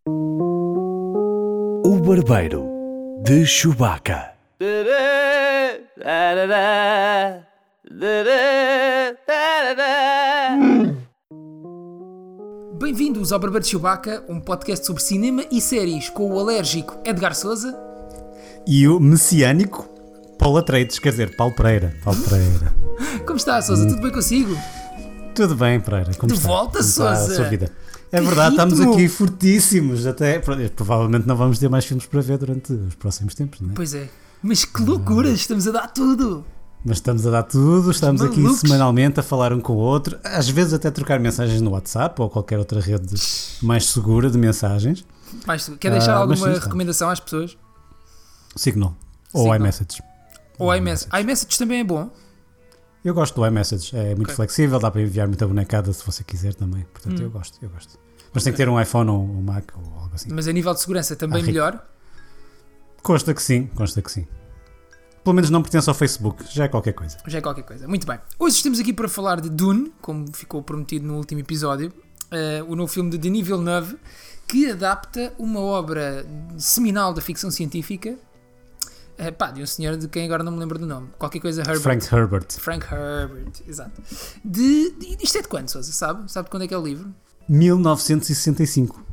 O Barbeiro de Chewbacca. Bem-vindos ao Barbeiro de Chewbacca, um podcast sobre cinema e séries com o alérgico Edgar Souza e o messiânico Paulo Atreides, quer dizer, Paulo Pereira. Como está, Souza? Tudo bem consigo? Tudo bem, Pereira. Como de está? volta, Como está Souza? a sua vida? É Que verdade, ritmo! estamos aqui fortíssimos. Até, provavelmente não vamos ter mais filmes para ver durante os próximos tempos, não é? Pois é. Mas que loucura, estamos a dar tudo. Mas estamos a dar tudo, estamos aqui malucos. semanalmente a falar um com o outro, às vezes até trocar mensagens no WhatsApp ou qualquer outra rede mais segura de mensagens. Mas quer deixar mas alguma sim, está. recomendação às pessoas? Signal ou Signal. iMessage. Ou iMessage. iMessage também é bom. Eu gosto do iMessage, é muito Ok. flexível, dá para enviar muita bonecada se você quiser também, portanto eu gosto. Mas tem que ter um iPhone ou um Mac ou algo assim. Mas a nível de segurança também rico. melhor. Consta que sim. Pelo menos não pertence ao Facebook, já é qualquer coisa. Já é qualquer coisa. Muito bem. Hoje estamos aqui para falar de Dune, como ficou prometido no último episódio, o novo filme de Denis Villeneuve, que adapta uma obra seminal da ficção científica, de um senhor de quem agora não me lembro do nome. Qualquer coisa Herbert. Frank Herbert. Exato. Isto é de quando, Sousa? Sabe? Sabe de quando é que é o livro? 1965.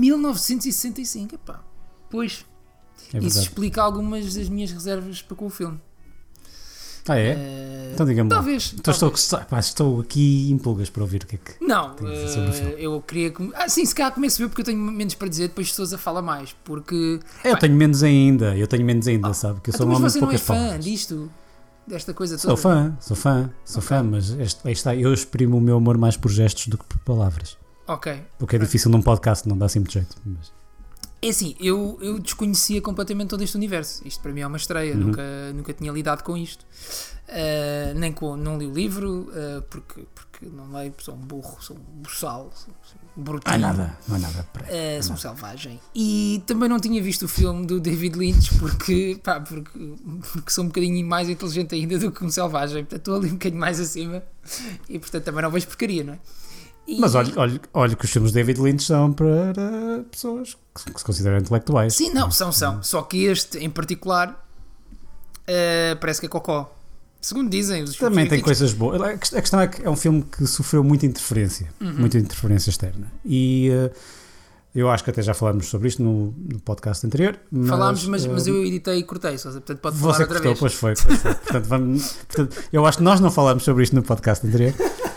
1965, epá. Pois, É isso verdade. explica algumas das minhas reservas para com o filme. Ah, é? Então diga-me lá. Talvez. Então estou aqui em pulgas para ouvir o que é que... Não, Tem a dizer sobre o filme. eu queria... sim, se calhar começo a ver porque eu tenho menos para dizer, depois Sousa fala mais, porque... Eu tenho menos ainda, sabe? Que eu sou um Então, homem mas de você não é poucas fã palavras. disto, desta coisa toda? Sou fã, mas aí está, eu exprimo o meu amor mais por gestos do que por palavras. Ok. O que é difícil num podcast, não dá assim muito jeito. Mas... É assim, eu desconhecia completamente todo este universo. Isto para mim é uma estreia, nunca tinha lidado com isto. Não li o livro, porque não leio, sou um burro, sou um buçal, sou um brutinho. Não há nada para... Sou um selvagem. E também não tinha visto o filme do David Lynch porque sou um bocadinho mais inteligente ainda do que um selvagem. Portanto, estou ali um bocadinho mais acima e, portanto, também não vejo porcaria, não é? Mas olha que os filmes de David Lynch são para pessoas que se consideram intelectuais. Sim, não, são. Só que este, em particular, parece que é cocó. Segundo dizem os Também tem críticos. coisas boas. A questão é que é um filme que sofreu muita interferência externa. E eu acho que até já falámos sobre isto no podcast anterior. Falámos, mas eu editei e cortei, portanto pode falar Você outra cortou, vez. pois foi. Portanto, eu acho que nós não falámos sobre isto no podcast anterior.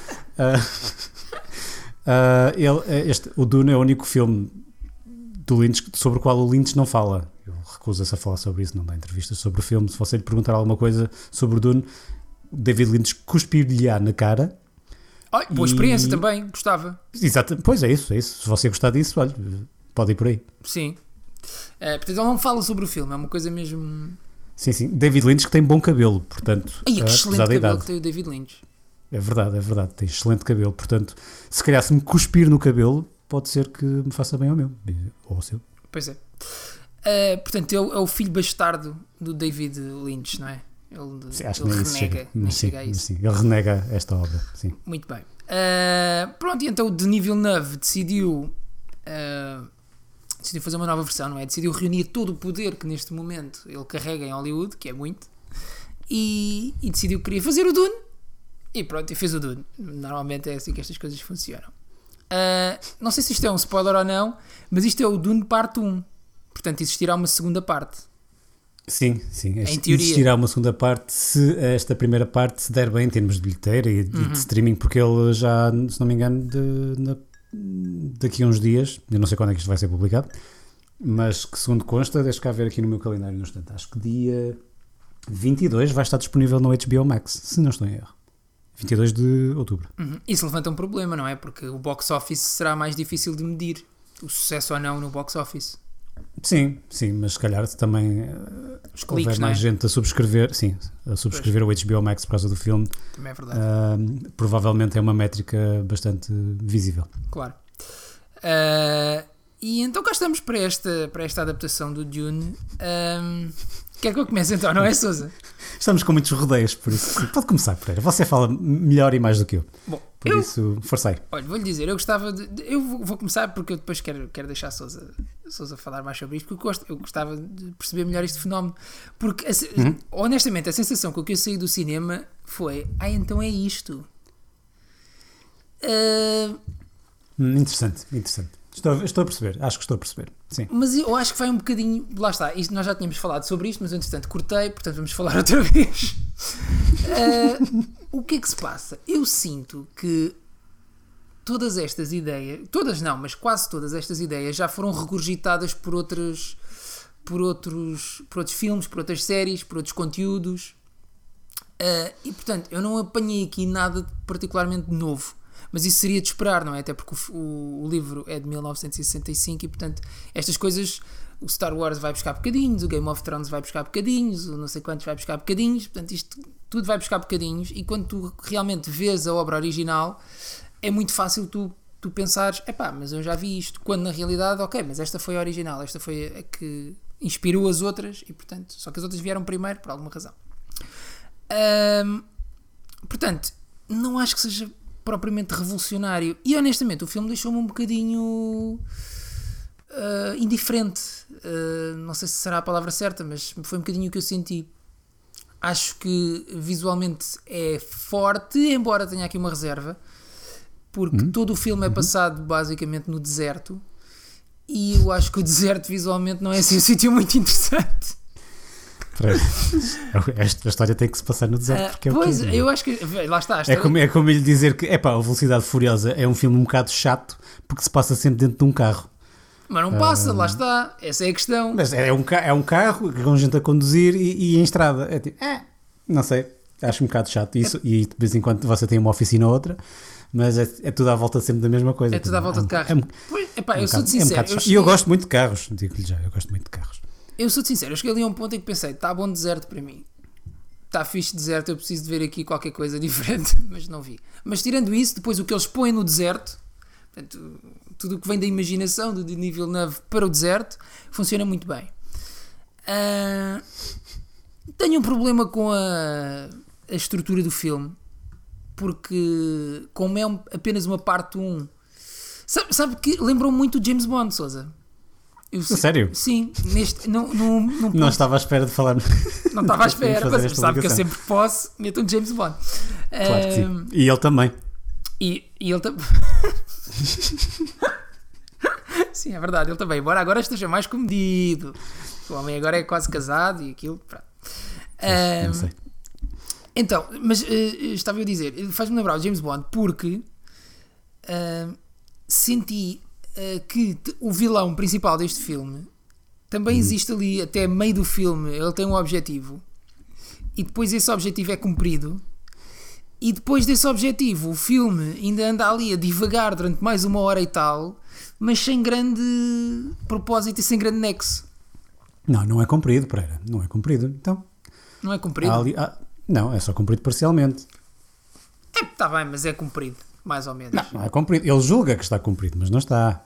O Dune é o único filme do Lynch sobre o qual o Lynch não fala. Ele recusa-se a falar sobre isso, não dá entrevistas sobre o filme. Se você lhe perguntar alguma coisa sobre o Dune, o David Lynch cuspir-lhe-á na cara. Boa experiência também, gostava. Exato, pois é isso. Se você gostar disso, olha, pode ir por aí. Sim. Portanto, ele não fala sobre o filme, é uma coisa mesmo... Sim. David Lynch que tem bom cabelo, portanto, Ai, que apesar excelente da cabelo idade. que tem o David Lynch. É verdade, tem excelente cabelo, portanto, se calhar se me cuspir no cabelo, pode ser que me faça bem ao meu, ou ao seu. Pois é. Portanto, ele é o filho bastardo do David Lynch, não é? Acho que ele nem isso renega, nem chega a isso. Sim, ele renega esta obra, sim. Muito bem. Pronto, e então o Denis Villeneuve decidiu fazer uma nova versão, não é? Decidiu reunir todo o poder que neste momento ele carrega em Hollywood, que é muito, e decidiu que queria fazer o Dune. E pronto, e fez o Dune. Normalmente é assim que estas coisas funcionam. Não sei se isto é um spoiler ou não, mas isto é o Dune parte 1. Portanto, existirá uma segunda parte. Sim. Em teoria. Existirá uma segunda parte se esta primeira parte se der bem em termos de bilheteira e de streaming, porque ele já, se não me engano, daqui a uns dias, eu não sei quando é que isto vai ser publicado, mas que segundo consta, deixa cá ver aqui no meu calendário no instante, acho que dia 22 vai estar disponível no HBO Max, se não estou em erro. 22 de outubro. Isso levanta um problema, não é? Porque o box office será mais difícil de medir. O sucesso ou não no box office. Sim, mas se calhar também Os houver cliques, não é? mais gente a subscrever o HBO Max por causa do filme, Também é verdade. provavelmente é uma métrica bastante visível. Claro. E então cá estamos para esta adaptação do Dune. Quer que eu comece então, não é, Sousa? Estamos com muitos rodeios, por isso. Pode começar, Pereira. Você fala melhor e mais do que eu. Bom, Por isso, forcei. olha, vou-lhe dizer, eu gostava de. Eu vou começar porque eu depois quero deixar a Sousa falar mais sobre isto, porque eu gostava de perceber melhor este fenómeno. Porque, honestamente, a sensação com que eu saí do cinema foi: então é isto. Interessante. Estou a perceber. Acho que estou a perceber. Sim. Mas eu acho que vai um bocadinho. Lá está, nós já tínhamos falado sobre isto, mas eu, entretanto cortei, portanto vamos falar outra vez. O que é que se passa? Eu sinto que todas estas ideias, todas não, mas quase todas estas ideias já foram regurgitadas por outros filmes, por outras séries, por outros conteúdos. E portanto, eu não apanhei aqui nada de particularmente novo. Mas isso seria de esperar, não é? Até porque o livro é de 1965 e, portanto, estas coisas, o Star Wars vai buscar bocadinhos, o Game of Thrones vai buscar bocadinhos, o não sei quantos vai buscar bocadinhos, portanto, isto tudo vai buscar bocadinhos, e quando tu realmente vês a obra original, é muito fácil tu pensares, mas eu já vi isto, quando na realidade, ok, mas esta foi a original, esta foi a que inspirou as outras, e portanto, só que as outras vieram primeiro, por alguma razão. Portanto, não acho que seja propriamente revolucionário, e honestamente o filme deixou-me um bocadinho indiferente, não sei se será a palavra certa, mas foi um bocadinho o que eu senti. Acho que visualmente é forte, embora tenha aqui uma reserva, porque todo o filme é passado basicamente no deserto, e eu acho que o deserto visualmente não é assim um sítio muito interessante. Esta história tem que se passar no deserto, porque é pois, o que eu acho que lá está. é como ele dizer que a Velocidade Furiosa é um filme um bocado chato porque se passa sempre dentro de um carro. Mas não passa, lá está, essa é a questão. Mas é um carro com gente a conduzir e em estrada. É tipo, não sei, acho um bocado chato isso. E de vez em quando você tem uma oficina ou outra, mas é tudo à volta sempre da mesma coisa. É tudo à volta de carro. Eu sou sincero. E eu gosto muito de carros, digo-lhe já, eu gosto muito de carros. Eu sou sincero, eu cheguei ali a um ponto em que pensei, está bom deserto para mim, está fixe deserto, eu preciso de ver aqui qualquer coisa diferente, mas não vi. Mas tirando isso, depois o que eles põem no deserto, portanto, tudo o que vem da imaginação do Denis Villeneuve para o deserto, funciona muito bem. Tenho um problema com a estrutura do filme, porque como é apenas uma parte 1, sabe que lembrou muito o James Bond, Sousa. Sério? Sim, não estava à espera de falar. Não estava à espera, mas sabe que eu sempre posso, meto um James Bond. Claro que sim. E ele também. E ele também. Sim, é verdade, ele também. Embora agora esteja mais comedido. O homem agora é quase casado e aquilo. Não sei. Então, mas estava eu a dizer, faz-me lembrar o James Bond porque senti que o vilão principal deste filme também existe ali até meio do filme. Ele tem um objetivo e depois esse objetivo é cumprido, e depois desse objetivo o filme ainda anda ali a divagar durante mais 1 hora e tal, mas sem grande propósito e sem grande nexo. Não é cumprido, Pereira, não é cumprido. Então, não é cumprido? Não, é só cumprido parcialmente. Está bem, mas é cumprido mais ou menos. Não é cumprido. Ele julga que está cumprido, mas não está.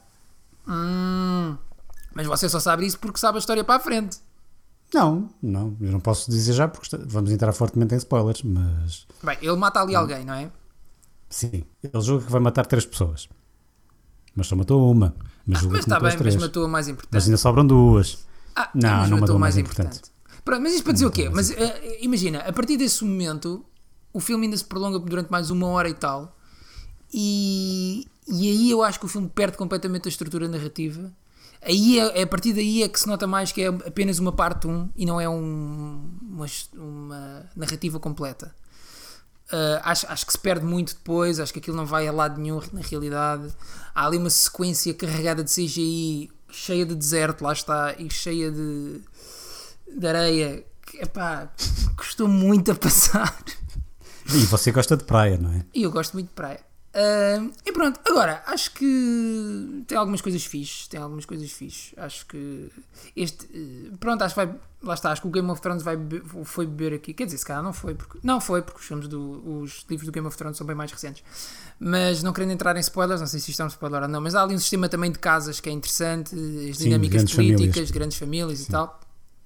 Mas você só sabe isso porque sabe a história para a frente. Não, eu não posso dizer já porque vamos entrar fortemente em spoilers, mas... Bem, ele mata ali alguém, não é? Sim, ele julga que vai matar 3 pessoas. Mas só matou uma. Mas está bem, mas matou a mais importante. Mas ainda sobram 2. Não matou a mais importante. Pronto, mas isto para dizer o quê? Mas imagina, a partir desse momento o filme ainda se prolonga durante mais 1 hora e tal, e aí eu acho que o filme perde completamente a estrutura narrativa. Aí a partir daí é que se nota mais que é apenas uma parte 1 e não é uma narrativa completa. Acho que se perde muito depois, acho que aquilo não vai a lado nenhum na realidade. Há ali uma sequência carregada de CGI, cheia de deserto, lá está, e cheia de areia, que custou muito a passar. E você gosta de praia, não é? E eu gosto muito de praia. E pronto, agora acho que tem algumas coisas fixes. Acho que pronto, acho que vai. Lá está, acho que o Game of Thrones foi beber aqui. Quer dizer, se calhar não foi, porque os filmes os livros do Game of Thrones são bem mais recentes. Mas não querendo entrar em spoilers, não sei se isto é um spoiler ou não, mas há ali um sistema também de casas que é interessante, as dinâmicas políticas, grandes famílias e tal.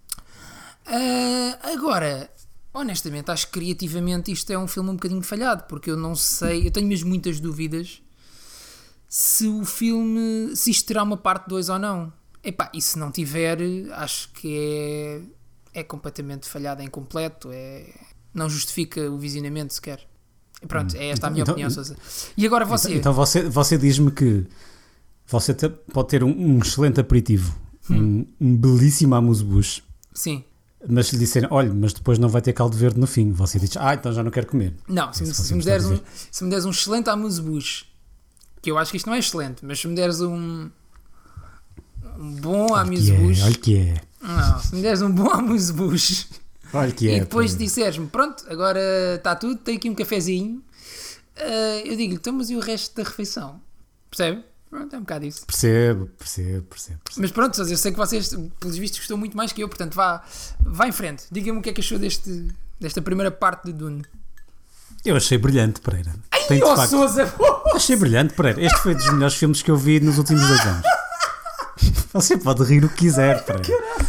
Agora, honestamente, acho que criativamente isto é um filme um bocadinho falhado, porque eu não sei, eu tenho mesmo muitas dúvidas se o filme, se isto terá uma parte 2 ou não. Epá, e se não tiver, acho que é completamente falhado, é incompleto, não justifica o visionamento sequer. E pronto, é esta a minha opinião, Sousa. E agora você... Então você diz-me que você pode ter um excelente aperitivo, um belíssimo amuse-bouche. Sim. Mas se lhe disserem, olha, mas depois não vai ter caldo verde no fim, você diz, então já não quero comer. Não, se me deres um excelente amuse-bouche, que eu acho que isto não é excelente, mas se me deres um bom amuse-bouche... Olha que é. Não, se me deres um bom amuse-bouche Olha que é. E depois disseres-me, pronto, agora está tudo, tem aqui um cafezinho, eu digo-lhe, então, mas e o resto da refeição? Percebe? Pronto, é um bocado isso. Percebo. Mas pronto, eu sei que vocês, pelos vistos, gostam muito mais que eu, portanto vá em frente. Diga-me o que é que achou desta primeira parte de Dune. Eu achei brilhante, Pereira. Ai, ó Sousa! Achei brilhante, Pereira. Este foi dos melhores filmes que eu vi nos últimos 2 anos. Você pode rir o que quiser, Pereira.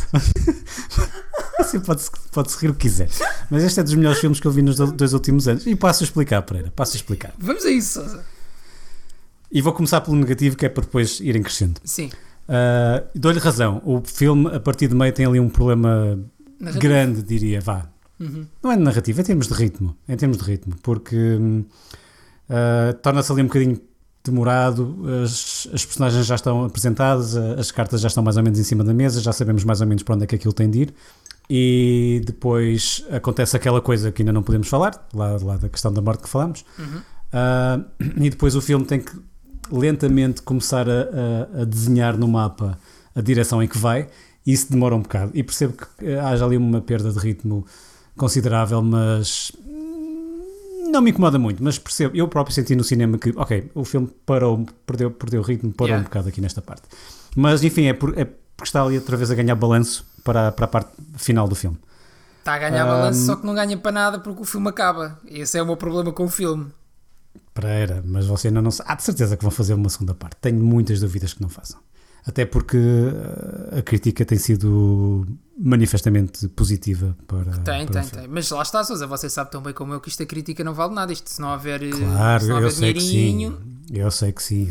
Você pode-se rir o que quiser. Mas este é dos melhores filmes que eu vi nos 2 últimos anos. E passo a explicar, Pereira. Passo a explicar. Vamos a isso, Sousa. E vou começar pelo negativo, que é para depois irem crescendo. Sim. Dou-lhe razão. O filme, a partir de meio, tem ali um problema grande, diria, vá. Uhum. Não é de narrativa, é em termos de ritmo. Porque torna-se ali um bocadinho demorado, as personagens já estão apresentadas, as cartas já estão mais ou menos em cima da mesa, já sabemos mais ou menos para onde é que aquilo tem de ir. E depois acontece aquela coisa que ainda não podemos falar, lá da questão da morte que falámos. Uhum. E depois o filme tem que lentamente começar a desenhar no mapa a direção em que vai, e isso demora um bocado. E percebo que haja ali uma perda de ritmo considerável, mas não me incomoda muito. Mas percebo, eu próprio senti no cinema que, ok, o filme perdeu o ritmo, parou um bocado aqui nesta parte. Mas enfim, é porque está ali outra vez a ganhar balanço para a parte final do filme. Está a ganhar balanço, só que não ganha para nada porque o filme acaba. Esse é o meu problema com o filme. Pereira, mas você ainda não sabe. De certeza que vão fazer uma segunda parte. Tenho muitas dúvidas que não façam. Até porque a crítica tem sido manifestamente positiva para. Tem. Mas lá está, Sousa, você sabe tão bem como eu que isto a crítica não vale nada. Isto se não houver, claro, eu sei dinheirinho. Que sim. Eu sei que sim.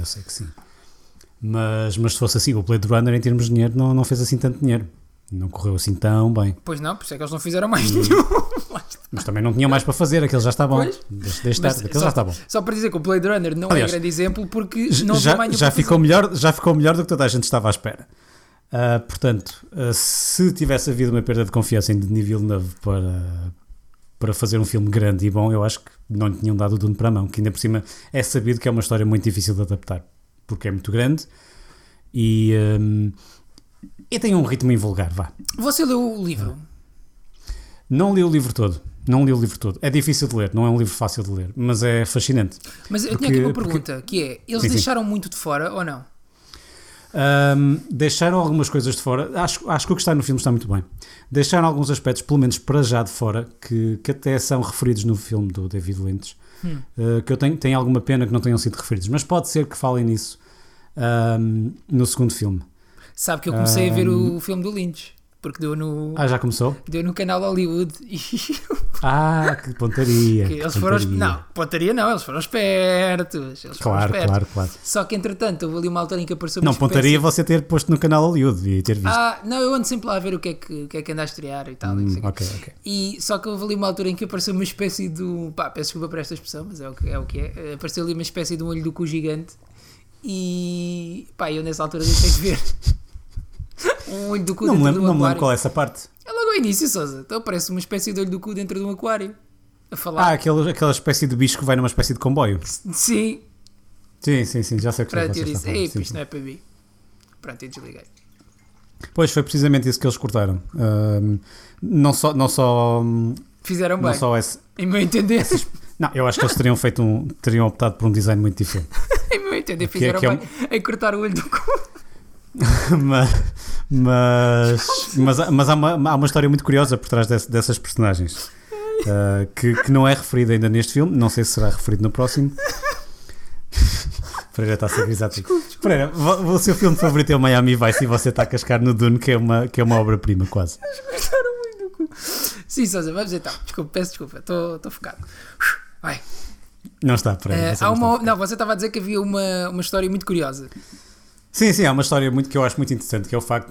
Mas se fosse assim, o Blade Runner em termos de dinheiro não fez assim tanto dinheiro. Não correu assim tão bem. Pois não, por isso é que eles não fizeram mais nenhum. Mas também não tinham mais para fazer, aquele já está bom. Deixa estar, aquele já está bom. Só para dizer que o Blade Runner não é grande exemplo porque não já, mais já ficou melhor do que toda a gente estava à espera. Portanto, se tivesse havido uma perda de confiança em Denis Villeneuve para fazer um filme grande e bom, eu acho que não lhe tinham dado o Dune para a mão, que ainda por cima é sabido que é uma história muito difícil de adaptar, porque é muito grande e tem um ritmo invulgar, vá. Você leu o livro? Não li o livro todo. É difícil de ler, não é um livro fácil de ler, mas é fascinante. Mas eu tinha aqui uma pergunta, que é, eles deixaram muito de fora ou não? Deixaram algumas coisas de fora. Acho que o que está no filme está muito bem. Deixaram alguns aspectos, pelo menos para já, de fora, que até são referidos no filme do David Lynch, que eu tenho alguma pena que não tenham sido referidos, mas pode ser que falem nisso no segundo filme. Sabe que eu comecei a ver o filme do Lynch, porque deu no... já começou? Deu no canal Hollywood e... que pontaria. Eles foram... Não, pontaria não, eles foram espertos. Claro. Só que entretanto, houve ali uma altura em que apareceu uma Não, pontaria você ter posto no canal Hollywood e ter visto. Não, eu ando sempre lá a ver o que é que anda a estrear e tal. Ok. E só que houve ali uma altura em que apareceu uma espécie do... peço desculpa por esta expressão, mas é o que é. Apareceu ali uma espécie de um olho do cu gigante e... eu nessa altura deixei de ver. Um olho do cu dentro de um aquário. Não me lembro qual é essa parte. É logo ao início, Sousa. Então parece uma espécie de olho do cu dentro de um aquário. A falar. Aquela espécie de bicho que vai numa espécie de comboio. Sim. Sim, já sei o que Pronto, eu disse, isto não é para mim. Pronto, eu desliguei. Pois, foi precisamente isso que eles cortaram. Não só Fizeram bem. Não só em meu entender. Não, eu acho que eles teriam optado por um design muito diferente. Em 1980 fizeram que é bem em cortar o olho do cu. mas há uma história muito curiosa por trás dessas personagens, que não é referida ainda neste filme. Não sei se será referido no próximo. Pereira está a ser grisado. Pereira, o seu filme favorito é o Miami Vice e você está a cascar no Dune, que é uma obra-prima quase. Cortaram o olho do cu. Sim, Sousa, vamos então. Desculpa, peço desculpa, estou focado. Vai. Não está, Pereira. Não, você estava a dizer que havia uma história muito curiosa. Sim, há uma história que eu acho muito interessante, que é o facto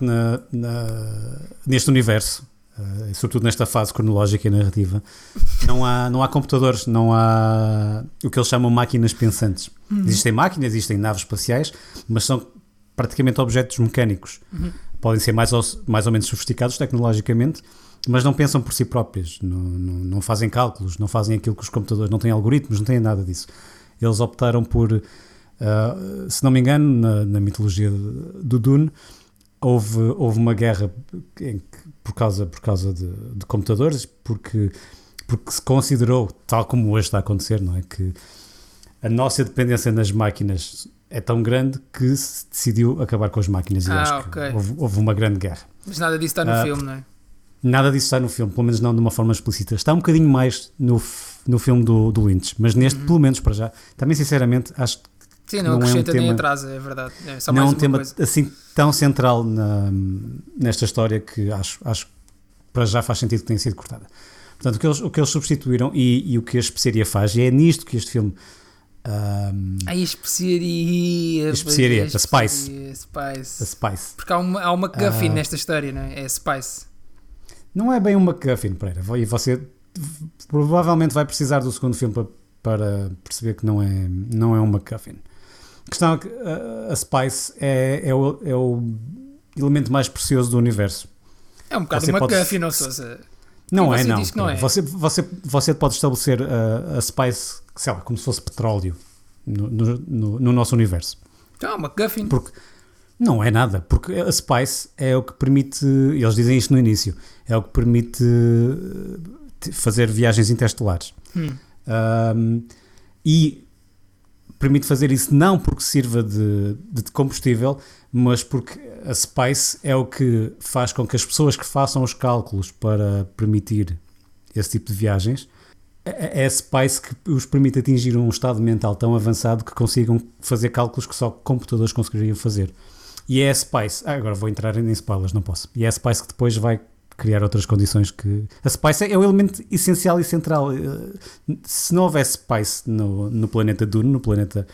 neste universo, sobretudo nesta fase cronológica e narrativa, não há computadores, não há o que eles chamam máquinas pensantes. Existem máquinas, existem naves espaciais, mas são praticamente objetos mecânicos. Podem ser mais ou menos sofisticados tecnologicamente, mas não pensam por si próprios, não fazem cálculos, não fazem aquilo que os computadores, não têm algoritmos, não têm nada disso. Eles optaram por, se não me engano, na mitologia do Dune, houve uma guerra por causa de computadores, porque se considerou, tal como hoje está a acontecer, não é? Que a nossa dependência nas máquinas é tão grande que se decidiu acabar com as máquinas, e acho que houve uma grande guerra. Mas nada disso está no filme, não é? Nada disso está no filme, pelo menos não de uma forma explícita. Está um bocadinho mais no filme do Lynch, mas neste, pelo menos para já, também sinceramente acho que sim, não acrescenta nem atrasa, é verdade. É só não mais é um tema coisa. assim tão central nesta história que acho que para já faz sentido que tenha sido cortada. Portanto, o que eles substituíram e o que a especiaria faz, e é nisto que este filme... A especiaria, a Spice. A Spice. Porque há uma MacGuffin nesta história, não é? É Spice. Não é bem uma MacGuffin, Pereira, e você provavelmente vai precisar do segundo filme para perceber que não é um MacGuffin. A questão é que a Spice é o elemento mais precioso do universo. É um bocado uma MacGuffin, não Sousa? Não e é, não. Não é. Você pode estabelecer a Spice, sei lá, como se fosse petróleo no nosso universo. Então é uma MacGuffin. Porque não é nada, porque a Spice é o que permite, eles dizem isto no início, é o que permite fazer viagens interestelares. E permite fazer isso não porque sirva de combustível, mas porque a Spice é o que faz com que as pessoas que façam os cálculos para permitir esse tipo de viagens, é a Spice que os permite atingir um estado mental tão avançado que consigam fazer cálculos que só computadores conseguiriam fazer. E é a Spice, agora vou entrar em spoilers, não posso, e é a Spice que depois vai criar outras condições que... A Spice é o elemento essencial e central. Se não houvesse Spice no planeta Dune, no planeta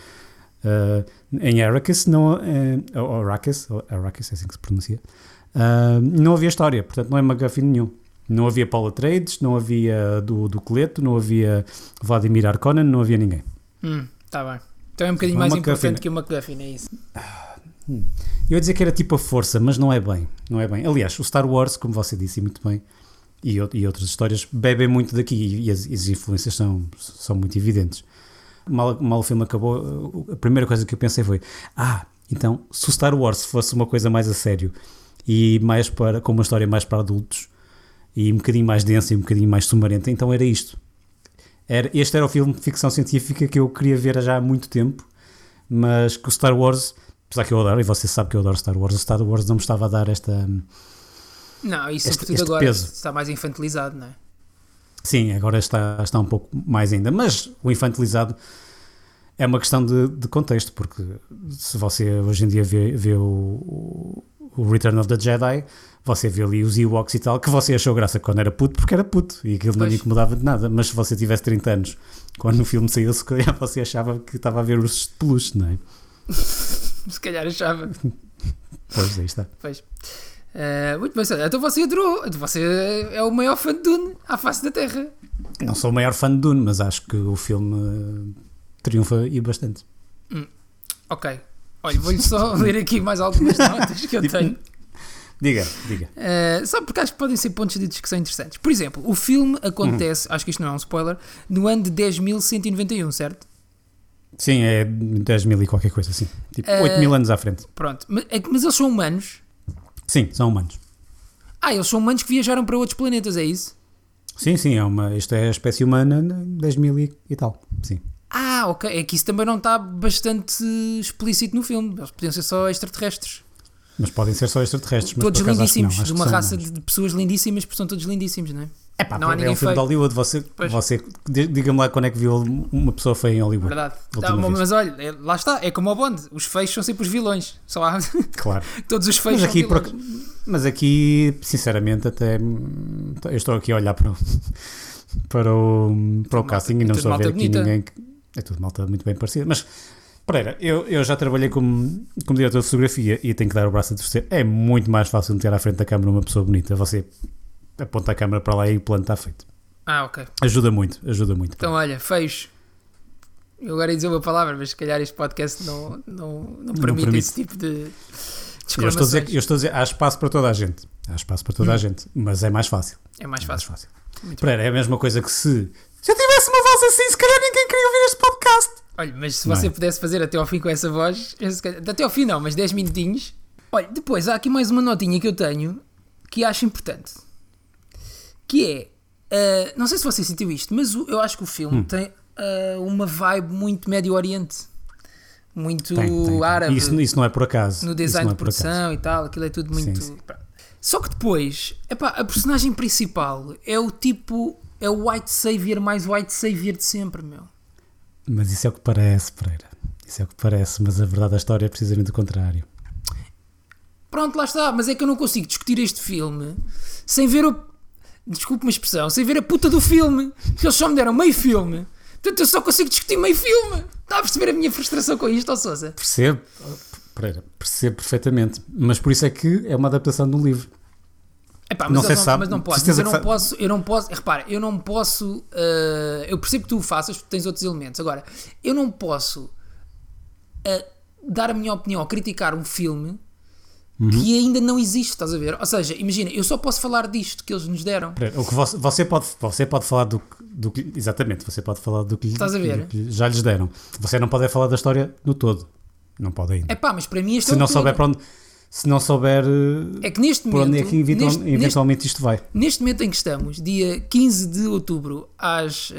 em Arrakis, Arrakis é assim que se pronuncia, não havia história, portanto não é MacGuffin nenhum. Não havia Paul Atreides, não havia do Coleto, não havia Vladimir Harkonnen, não havia ninguém. Tá bem. Então é um bocadinho mais importante que o MacGuffin, é isso? Eu ia dizer que era tipo a força, mas não é bem. Aliás, o Star Wars, como você disse muito bem, e outras histórias, bebem muito daqui e as influências são muito evidentes. Mal o filme acabou, a primeira coisa que eu pensei foi então, se o Star Wars fosse uma coisa mais a sério e com uma história mais para adultos e um bocadinho mais densa e um bocadinho mais sumarenta, então era isto. Este era o filme de ficção científica que eu queria ver já há muito tempo, mas que o Star Wars... Apesar que eu adoro, e você sabe que eu adoro Star Wars, o Star Wars não me estava a dar esta... Não, isso sobretudo agora peso. Está mais infantilizado, não é? Sim, agora está um pouco mais ainda, mas o infantilizado é uma questão de contexto, porque se você hoje em dia vê o Return of the Jedi, você vê ali os Ewoks e tal, que você achou graça quando era puto, porque era puto, e aquilo não lhe incomodava de nada, mas se você tivesse 30 anos, quando o filme saiu, se calhar você achava que estava a ver ursos de peluche, não é? Se calhar achava. Pois, aí está. Pois. Muito bem, então você adorou. Você é o maior fã de Dune à face da Terra. Não sou o maior fã de Dune, mas acho que o filme triunfa e bastante. Ok. Olha, vou-lhe só ler aqui mais algumas notas que eu tenho. Diga. Só porque acho que podem ser pontos de discussão interessantes. Por exemplo, o filme acontece, acho que isto não é um spoiler, no ano de 10.191, certo? Sim, é 10.000 e qualquer coisa assim. Tipo 8.000 anos à frente. Pronto, mas eles são humanos? Sim, são humanos. Eles são humanos que viajaram para outros planetas, é isso? Sim, isto é a espécie humana 10.000 e tal, sim. Ah, ok. É que isso também não está bastante explícito no filme. Eles podiam ser só extraterrestres. Mas podem ser só extraterrestres. Mas Todos por acaso acho que não, lindíssimos, acho de que uma são raça humanos. de pessoas lindíssimas, porque são todos lindíssimos, não é? É pá, Não há é ninguém um filme de feio. Hollywood. Você diga-me lá quando é que viu uma pessoa feia em Hollywood. Verdade. A Tá, última vez. mas olha, lá está, é como o Bond. Os feios são sempre os vilões. Só há... Claro. Todos os feios Mas são aqui, vilões. mas aqui, sinceramente, até eu estou aqui a olhar para o casting e não tudo estou a ver malta aqui bonita. ninguém. É tudo malta muito bem parecida. Mas, Pereira, eu já trabalhei como diretor de fotografia e tenho que dar o braço a torcer. É muito mais fácil meter à frente da câmara uma pessoa bonita. Você aponta a câmara para lá e o plano está feito. Ah, ok. Ajuda muito. Então, olha, feios. Eu agora ia dizer uma palavra, mas se calhar este podcast não permite permite. esse tipo de Eu estou a exclamações. dizer, há espaço para toda a gente. Há espaço para toda a gente, mas é mais fácil. É mais fácil. Muito Pereira, é a mesma coisa que se eu tivesse uma voz assim, se calhar ninguém queria ouvir este podcast. Olha, mas se Não você é? pudesse fazer até ao fim com essa voz, eu se calhar- até ao fim não, mas 10 minutinhos. Olha, depois há aqui mais uma notinha que eu tenho que acho importante. Que é, não sei se você sentiu isto, mas eu acho que o filme tem uma vibe muito Médio Oriente. Muito Tem. árabe. Isso não é por acaso. No Isso design não é de por acaso. produção e tal, aquilo é tudo muito... Sim. Pá. Só que depois, a personagem principal é o tipo, é o white savior mais white savior de sempre, meu. Mas isso é o que parece, Pereira. Isso é o que parece, mas a verdade da história é precisamente o contrário. Pronto, lá está, mas é que eu não consigo discutir este filme sem ver desculpe uma expressão, sem ver a puta do filme, que eles só me deram meio filme. Portanto, eu só consigo discutir meio filme. Está a perceber a minha frustração com isto, ó Sousa? Percebo, Pereira, percebo perfeitamente. Mas por isso é que é uma adaptação de um livro. Epá, Não mas sei se sabe, mas não posso, certeza mas que eu não posso, repara, eu não posso, eu percebo que tu o faças porque tens outros elementos, agora, eu não posso dar a minha opinião ou criticar um filme que ainda não existe, estás a ver? Ou seja, imagina, eu só posso falar disto que eles nos deram. Pereira, o que você pode falar do que... Exatamente, você pode falar do que, Estás a ver? do que já lhes deram. Você não pode falar da história no todo. Não pode ainda. Epá, mas para mim este Se é o não todo. souber para onde... Se não souber É que neste por momento, onde é que eventualmente isto vai. neste momento em que estamos, dia 15 de outubro às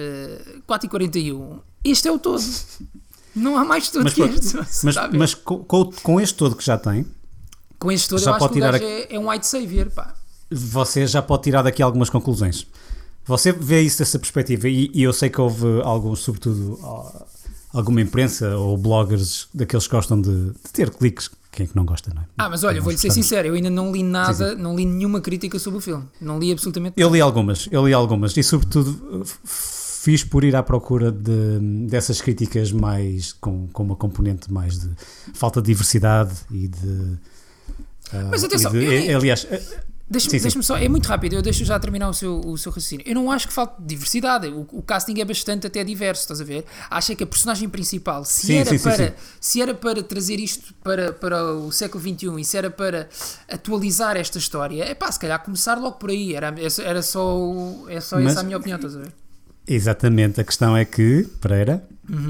4h41, este é o todo. Não há mais todo Mas, que pronto, este. está a ver? mas com este todo que já tem, Com este todo já eu acho pode que o tirar gajo é um white savior, pá. você já pode tirar daqui algumas conclusões. Você vê isso dessa perspectiva e eu sei que houve alguns, sobretudo alguma imprensa ou bloggers daqueles que gostam de ter cliques. Quem é que não gosta, não é? Ah, mas olha, Nós vou-lhe ser gostamos. sincero, eu ainda não li nada, Sim. não li nenhuma crítica sobre o filme. Não li absolutamente Eu li algumas e sobretudo fiz por ir à procura dessas críticas mais com uma componente mais de falta de diversidade e de... Mas atenção, aliás, Deixa-me só, é muito rápido, eu deixo já terminar o seu raciocínio. Eu não acho que falte diversidade, o casting é bastante até diverso, estás a ver? Acho que a personagem principal, se era para trazer isto para o século XXI e se era para atualizar esta história, é pá, se calhar começar logo por aí, era só essa a minha opinião, estás a ver? Exatamente, a questão é que, Pereira,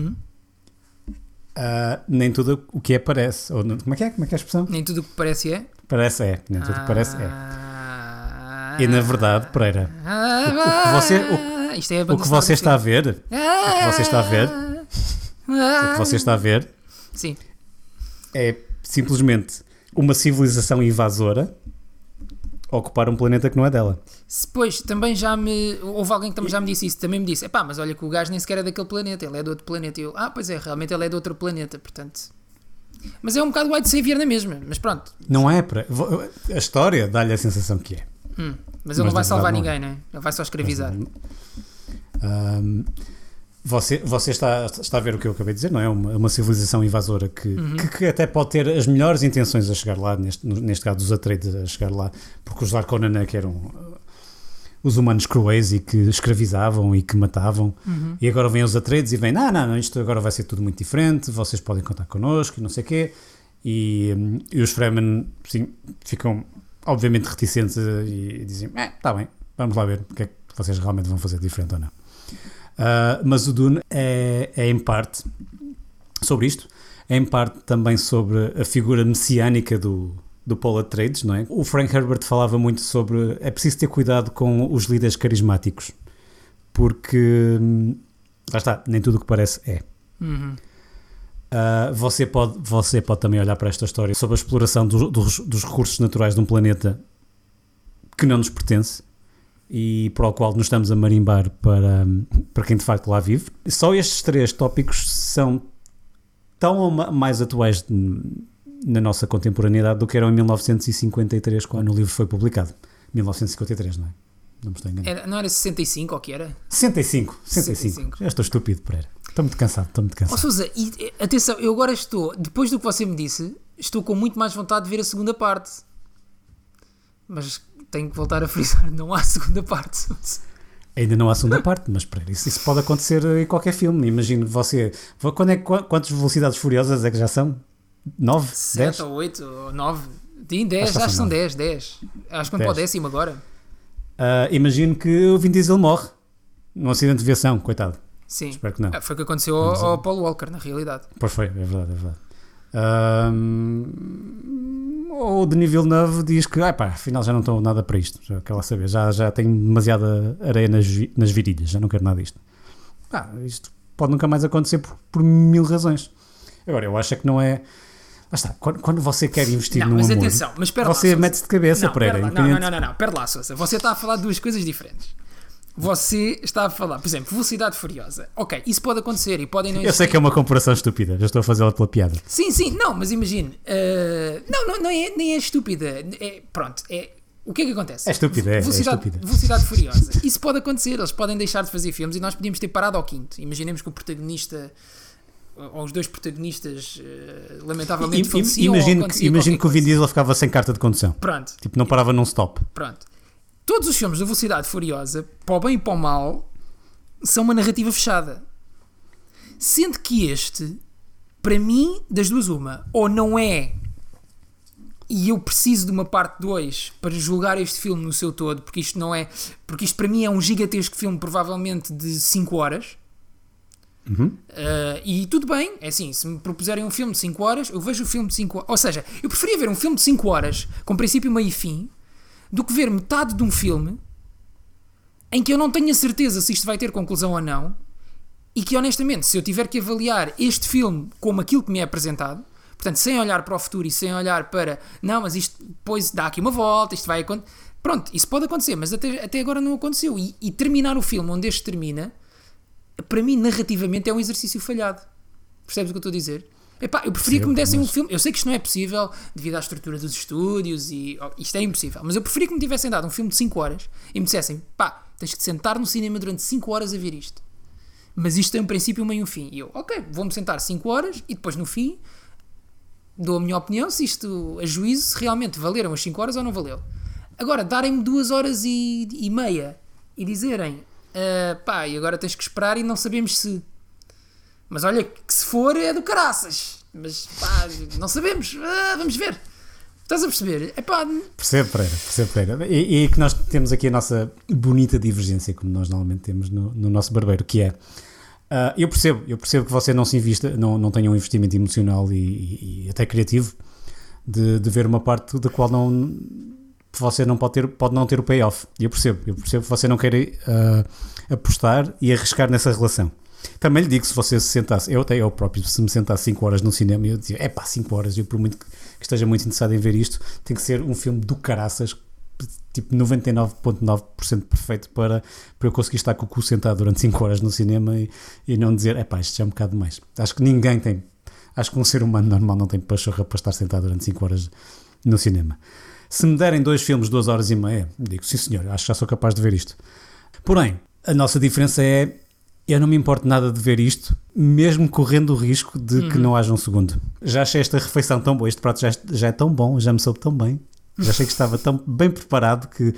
nem tudo o que é parece. Ou, como é que é a expressão? Nem tudo o que parece é. Parece é, nem tudo o que parece é. E na verdade, Pereira, o que você está a ver, Sim. é simplesmente uma civilização invasora ocupar um planeta que não é dela. Depois, também houve alguém que também já me disse isso, também me disse, epá, mas olha que o gajo nem sequer é daquele planeta, ele é de outro planeta. E eu, pois é, realmente ele é de outro planeta, portanto... Mas é um bocado white savior na mesma, mas pronto. Não é, a história dá-lhe a sensação que é. Mas ele não vai salvar não. ninguém, não é? Ele vai só escravizar. Você está a ver o que eu acabei de dizer, não é? Uma civilização invasora que até pode ter as melhores intenções a chegar lá, neste caso os Atreides a chegar lá, porque os Harkonnen que eram os humanos cruéis e que escravizavam e que matavam, e agora vêm os Atreides e vêm, não, isto agora vai ser tudo muito diferente, vocês podem contar connosco e não sei o quê, e os Fremen ficam obviamente reticentes e dizem, está bem, vamos lá ver o que é que vocês realmente vão fazer diferente ou não. Mas o Dune é em parte sobre isto, é em parte também sobre a figura messiânica do Paul Atreides, não é? O Frank Herbert falava muito sobre é preciso ter cuidado com os líderes carismáticos, porque lá está, nem tudo o que parece é. Uhum. Você pode também olhar para esta história sobre a exploração dos recursos naturais de um planeta que não nos pertence e para o qual nos estamos a marimbar para quem de facto lá vive. Só estes 3 tópicos são tão ou mais atuais na nossa contemporaneidade do que eram em 1953, quando o livro foi publicado. 1953, não é? Não me estou a enganar. Não era 65 ou o que era? 65. Já estou estúpido, Pereira. Estou muito cansado. Ó Sousa, atenção, eu agora depois do que você me disse, estou com muito mais vontade de ver a segunda parte. Mas tenho que voltar a frisar, não há segunda parte. Ainda não há segunda parte, mas Pereira, isso pode acontecer em qualquer filme. Imagino você... Quantas Velocidades Furiosas é que já são? 9? 7 10? ou 8 ou 9? Tem 10, acho que são 10. Acho que vão para o 10º agora. Imagino que o Vin Diesel morre num acidente de aviação, coitado. Sim. Espero que não. Foi o que aconteceu ao Paul Walker, na realidade. Pois foi, é verdade. O Denis Villeneuve diz que afinal já não estou nada para isto, já quero lá saber, já tenho demasiada areia nas virilhas, já não quero nada disto. Isto pode nunca mais acontecer por 1000 razões. Agora, eu acho que não é... Lá está, quando você quer investir num amor, atenção, mas você mete-se de cabeça, Pereira. Não, pera lá, Sousa, você está a falar de 2 coisas diferentes. Você está a falar, por exemplo, Velocidade Furiosa. Ok, isso pode acontecer e podem não existir. Eu sei que é uma comparação estúpida, já estou a fazê-la pela piada. Sim, não, mas imagine. Nem é estúpida. Pronto, o que é que acontece? É estúpida, é estúpida. Velocidade Furiosa. Isso pode acontecer, eles podem deixar de fazer filmes e nós podíamos ter parado ao 5º. Imaginemos que o protagonista, ou os 2 protagonistas, lamentavelmente faleciam. Imagino que o Vin Diesel ficava sem carta de condução. Pronto. Tipo, não parava num stop. Pronto. Todos os filmes da Velocidade Furiosa, para o bem e para o mal, são uma narrativa fechada. Sendo que este, para mim, das duas uma, ou não é, e eu preciso de uma parte 2 para julgar este filme no seu todo, porque isto para mim é um gigantesco filme, provavelmente de 5 horas. Uhum. E tudo bem, é assim, se me propuserem um filme de 5 horas, eu vejo o filme de 5 horas. Ou seja, eu preferia ver um filme de 5 horas, com princípio, meio e fim, do que ver metade de um filme em que eu não tenho a certeza se isto vai ter conclusão ou não, e que honestamente, se eu tiver que avaliar este filme como aquilo que me é apresentado, portanto, sem olhar para o futuro e sem olhar para não, mas isto depois dá aqui uma volta, isto vai acontecer, pronto, isso pode acontecer, mas até agora não aconteceu, e terminar o filme onde este termina, para mim narrativamente é um exercício falhado. Percebes o que eu estou a dizer? Eu preferia que me dessem um filme. Eu sei que isto não é possível devido à estrutura dos estúdios e isto é impossível, mas eu preferia que me tivessem dado um filme de 5 horas e me dissessem, tens que sentar no cinema durante 5 horas a ver isto, mas isto tem um princípio, um meio e um fim, e eu, ok, vou-me sentar 5 horas e depois no fim dou a minha opinião se isto, a juízo, se realmente valeram as 5 horas ou não valeu. Agora, darem-me 2 horas e meia e dizerem, e agora tens que esperar e não sabemos se... Mas olha, que se for é do caraças. Mas não sabemos. Vamos ver. Estás a perceber? Percebo, Pereira. E que nós temos aqui a nossa bonita divergência, como nós normalmente temos no nosso barbeiro, que é... eu percebo que você não se invista, não tenha um investimento emocional e até criativo de ver uma parte da qual você não pode não ter o payoff. Eu percebo que você não queira apostar e arriscar nessa relação. Também lhe digo, se você se sentasse, eu próprio, se me sentasse 5 horas no cinema, eu dizia, 5 horas, eu por muito que esteja muito interessado em ver isto, tem que ser um filme do caraças, tipo 99,9% perfeito para eu conseguir estar com o cu sentado durante 5 horas no cinema e não dizer, isto já é um bocado demais. Acho que acho que um ser humano normal não tem pachorra para estar sentado durante 5 horas no cinema. Se me derem 2 filmes de 2 horas e meia, digo, sim senhor, acho que já sou capaz de ver isto. Porém, a nossa diferença é, eu não me importo nada de ver isto, mesmo correndo o risco de que não haja um segundo. Já achei esta refeição tão boa, este prato já é tão bom, já me soube tão bem, já achei que estava tão bem preparado que,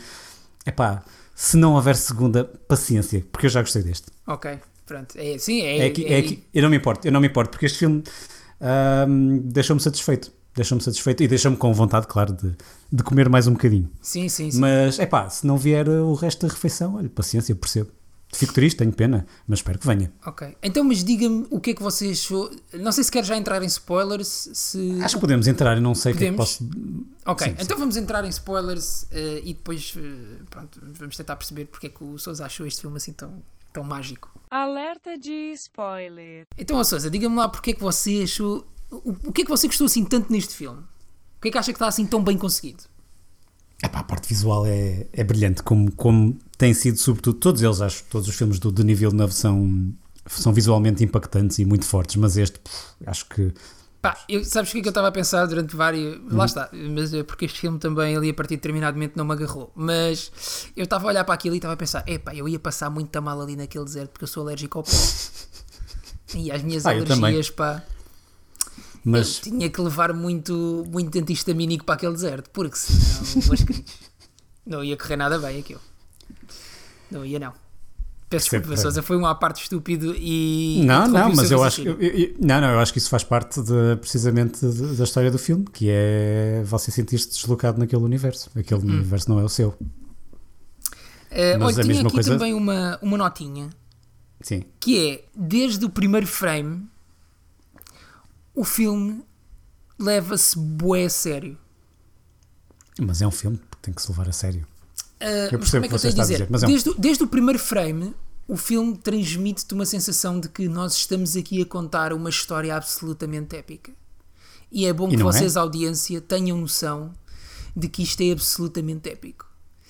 se não houver segunda, paciência, porque eu já gostei deste. Ok, pronto. Eu não me importo, porque este filme deixou-me satisfeito e deixou-me com vontade, claro, de comer mais um bocadinho. Sim. Mas, se não vier o resto da refeição, olha, paciência, eu percebo. Fico triste, tenho pena, mas espero que venha. Ok, então mas diga-me o que é que você achou. Não sei se quer já entrar em spoilers. Acho que podemos entrar, eu não sei o que é que posso... Ok, sim. Então vamos entrar em spoilers e depois vamos tentar perceber porque é que o Sousa achou este filme assim tão mágico. Alerta de spoiler. Então, ó Sousa, diga-me lá porque é que você achou... O que é que você gostou assim tanto neste filme? O que é que acha que está assim tão bem conseguido? Epá, a parte visual é brilhante, como tem sido, sobretudo, todos eles, acho, todos os filmes do Denis Villeneuve são visualmente impactantes e muito fortes, mas este, acho que... Pá, sabes o que é que eu estava a pensar durante vários... Lá está, mas é porque este filme também ali a partir de determinado momento não me agarrou. Mas eu estava a olhar para aquilo e estava a pensar, epá, eu ia passar muito mal ali naquele deserto porque eu sou alérgico ao pó. E às minhas alergias, pá... Mas... Eu tinha que levar muito antihistamínico para aquele deserto, porque senão, meus queridos, não ia correr nada bem aquilo. Não ia, não. Peço desculpa, Sousa, foi um à parte estúpido e... Não, mas eu acho, eu acho que isso faz parte precisamente da história do filme, que é você sentir-se deslocado naquele universo. Aquele universo não é o seu. Olha, tinha aqui coisa... também uma notinha. Sim. Que é, desde o primeiro frame, o filme leva-se bué a sério. Mas é um filme que tem que se levar a sério. Eu percebo o que você está a dizer. Mas desde o primeiro frame, o filme transmite-te uma sensação de que nós estamos aqui a contar uma história absolutamente épica. E é bom que vocês, audiência, tenham noção de que isto é absolutamente épico.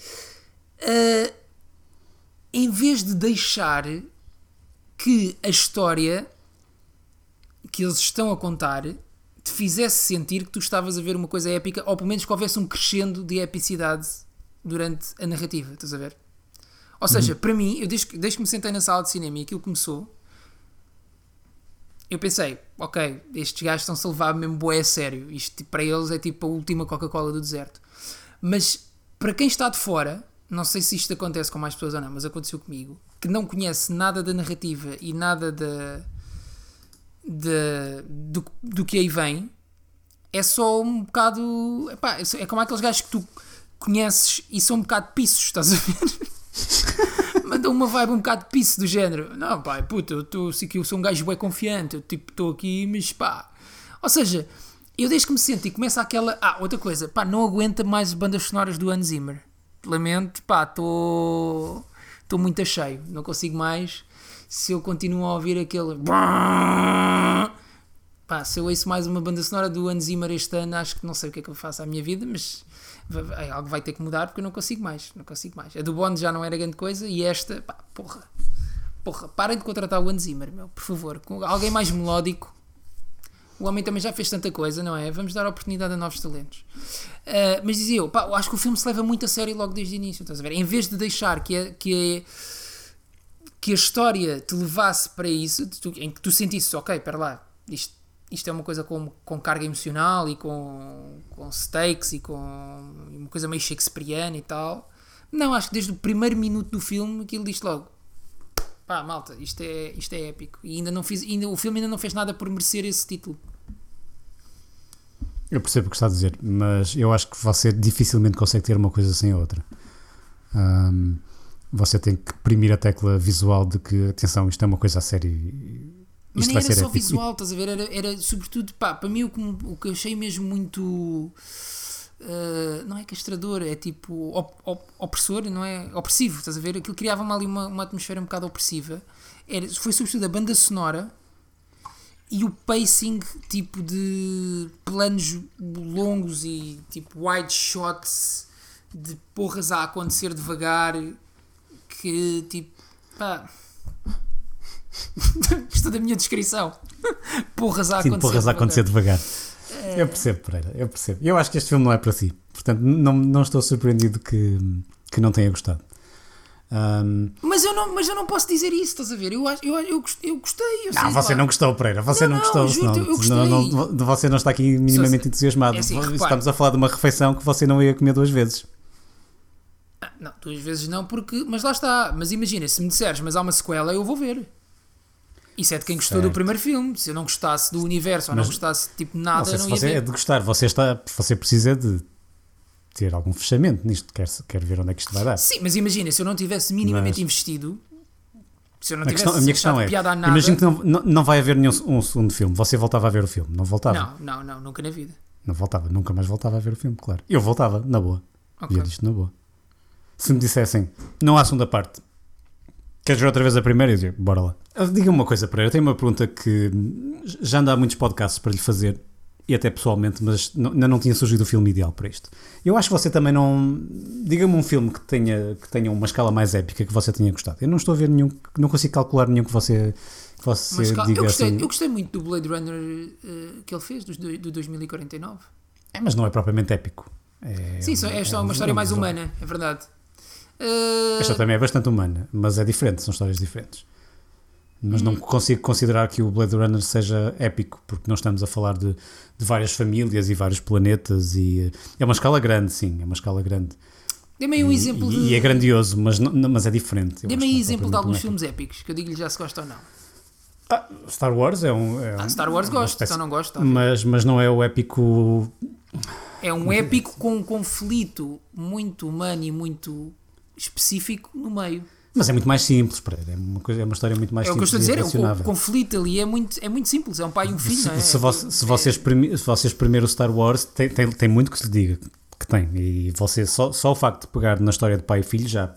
Em vez de deixar que a história que eles estão a contar te fizesse sentir que tu estavas a ver uma coisa épica, ou pelo menos que houvesse um crescendo de epicidade durante a narrativa, estás a ver? Ou seja, para mim, eu desde que me sentei na sala de cinema e aquilo começou, eu pensei, ok, estes gajos estão-se a levar mesmo bué a sério, isto para eles é tipo a última Coca-Cola do deserto. Mas para quem está de fora, não sei se isto acontece com mais pessoas ou não, mas aconteceu comigo, que não conhece nada da narrativa e nada do que aí vem, é só um bocado, epá, é como aqueles gajos que tu conheces e são um bocado pissos, estás a ver? Mandam uma vibe um bocado de pisso do género, não pá, puta, eu sou um gajo bem confiante, eu tipo estou aqui, mas pá, ou seja, eu desde que me sento e começa aquela, outra coisa, pá, não aguenta mais bandas sonoras do Hans Zimmer, lamento, pá, estou muito a cheio, não consigo mais. Se eu continuo a ouvir aquele... Pá, se eu ouço mais uma banda sonora do Hans Zimmer este ano, acho que não sei o que é que eu faço à minha vida, mas algo vai ter que mudar porque eu não consigo mais. A do Bond já não era grande coisa e esta, pá, porra, parem de contratar o Hans Zimmer, meu, por favor, com alguém mais melódico. O homem também já fez tanta coisa, não é? Vamos dar oportunidade a novos talentos. Mas dizia eu, pá, eu acho que o filme se leva muito a sério logo desde o início, estás a ver? Em vez de deixar que a história te levasse para isso, em que tu sentisses, ok, espera lá, isto é uma coisa com carga emocional e com stakes e com uma coisa meio shakespeariana e tal. Não, acho que desde o primeiro minuto do filme aquilo diz logo, pá, malta, isto é épico. E o filme ainda não fez nada por merecer esse título. Eu percebo o que está a dizer, mas eu acho que você dificilmente consegue ter uma coisa sem a outra. Você tem que primir a tecla visual de que, atenção, isto é uma coisa a sério. Mas nem era só visual, estás a ver? Era sobretudo, pá, para mim o que eu achei mesmo muito... não é castrador, é tipo opressor, não é? Opressivo, estás a ver? Aquilo criava-me ali uma atmosfera um bocado opressiva. Foi sobretudo a banda sonora e o pacing, tipo de planos longos e tipo wide shots de porras a acontecer devagar, que tipo, pá, isto da minha descrição, porras a acontecer devagar. Eu percebo, Pereira, eu percebo. Eu acho que este filme não é para si, portanto não estou surpreendido que não tenha gostado. Mas eu não posso dizer isso, estás a ver? Eu gostei. Você não gostou, Pereira. Você não gostou. Eu gostei. Você não está aqui minimamente entusiasmado. É assim, estamos a falar de uma refeição que você não ia comer 2 vezes. Não, 2 vezes não, mas lá está. Mas imagina, se me disseres, mas há uma sequela, eu vou ver. Isso é de quem gostou do primeiro filme. Se eu não gostasse do universo ou não gostasse tipo nada, não ia ver. Você é de gostar. Você precisa de ter algum fechamento nisto, quer ver onde é que isto vai dar. Sim, mas imagina, se eu não tivesse minimamente investido, se eu não tivesse a minha questão é, piada a nada... Imagina que não vai haver nenhum segundo filme, você voltava a ver o filme, não voltava? Não, nunca na vida. Não voltava, nunca mais voltava a ver o filme, claro. Eu voltava, na boa. Okay. Via isto na boa. Se me dissessem, não há segunda parte, Queres ver outra vez a primeira? Eu digo, bora lá. Diga-me uma coisa, Pereira. Eu tenho uma pergunta que já anda há muitos podcasts para lhe fazer, e até pessoalmente, mas ainda não tinha surgido o filme ideal para isto. Eu acho que você também não... Diga-me um filme que tenha uma escala mais épica que você tenha gostado. Eu não estou a ver nenhum, não consigo calcular nenhum que você diga assim... Eu gostei muito do Blade Runner que ele fez, do 2049. Mas não é propriamente épico. Sim, é só uma história mais humana, é verdade. Esta também é bastante humana, mas é diferente, são histórias diferentes. Mas não consigo considerar que o Blade Runner seja épico, porque nós estamos a falar de várias famílias e vários planetas, e é uma escala grande, sim, é uma escala grande. Dê-me aí um exemplo de... E é grandioso, mas é diferente. Dê-me aí exemplo de alguns filmes épicos, que eu digo-lhe já se gosta ou não. Star Wars é um... Star Wars gosto, então não gosto. Mas não é o épico... É um épico com um conflito muito humano e muito específico no meio. Mas é muito mais simples, Pereira. É uma história muito mais simples. É o que eu estou a dizer, o conflito ali é muito simples, é um pai e um filho, não é? Se vocês primeiro o Star Wars, tem muito que se lhe diga que tem. E você, só o facto de pegar na história de pai e filho já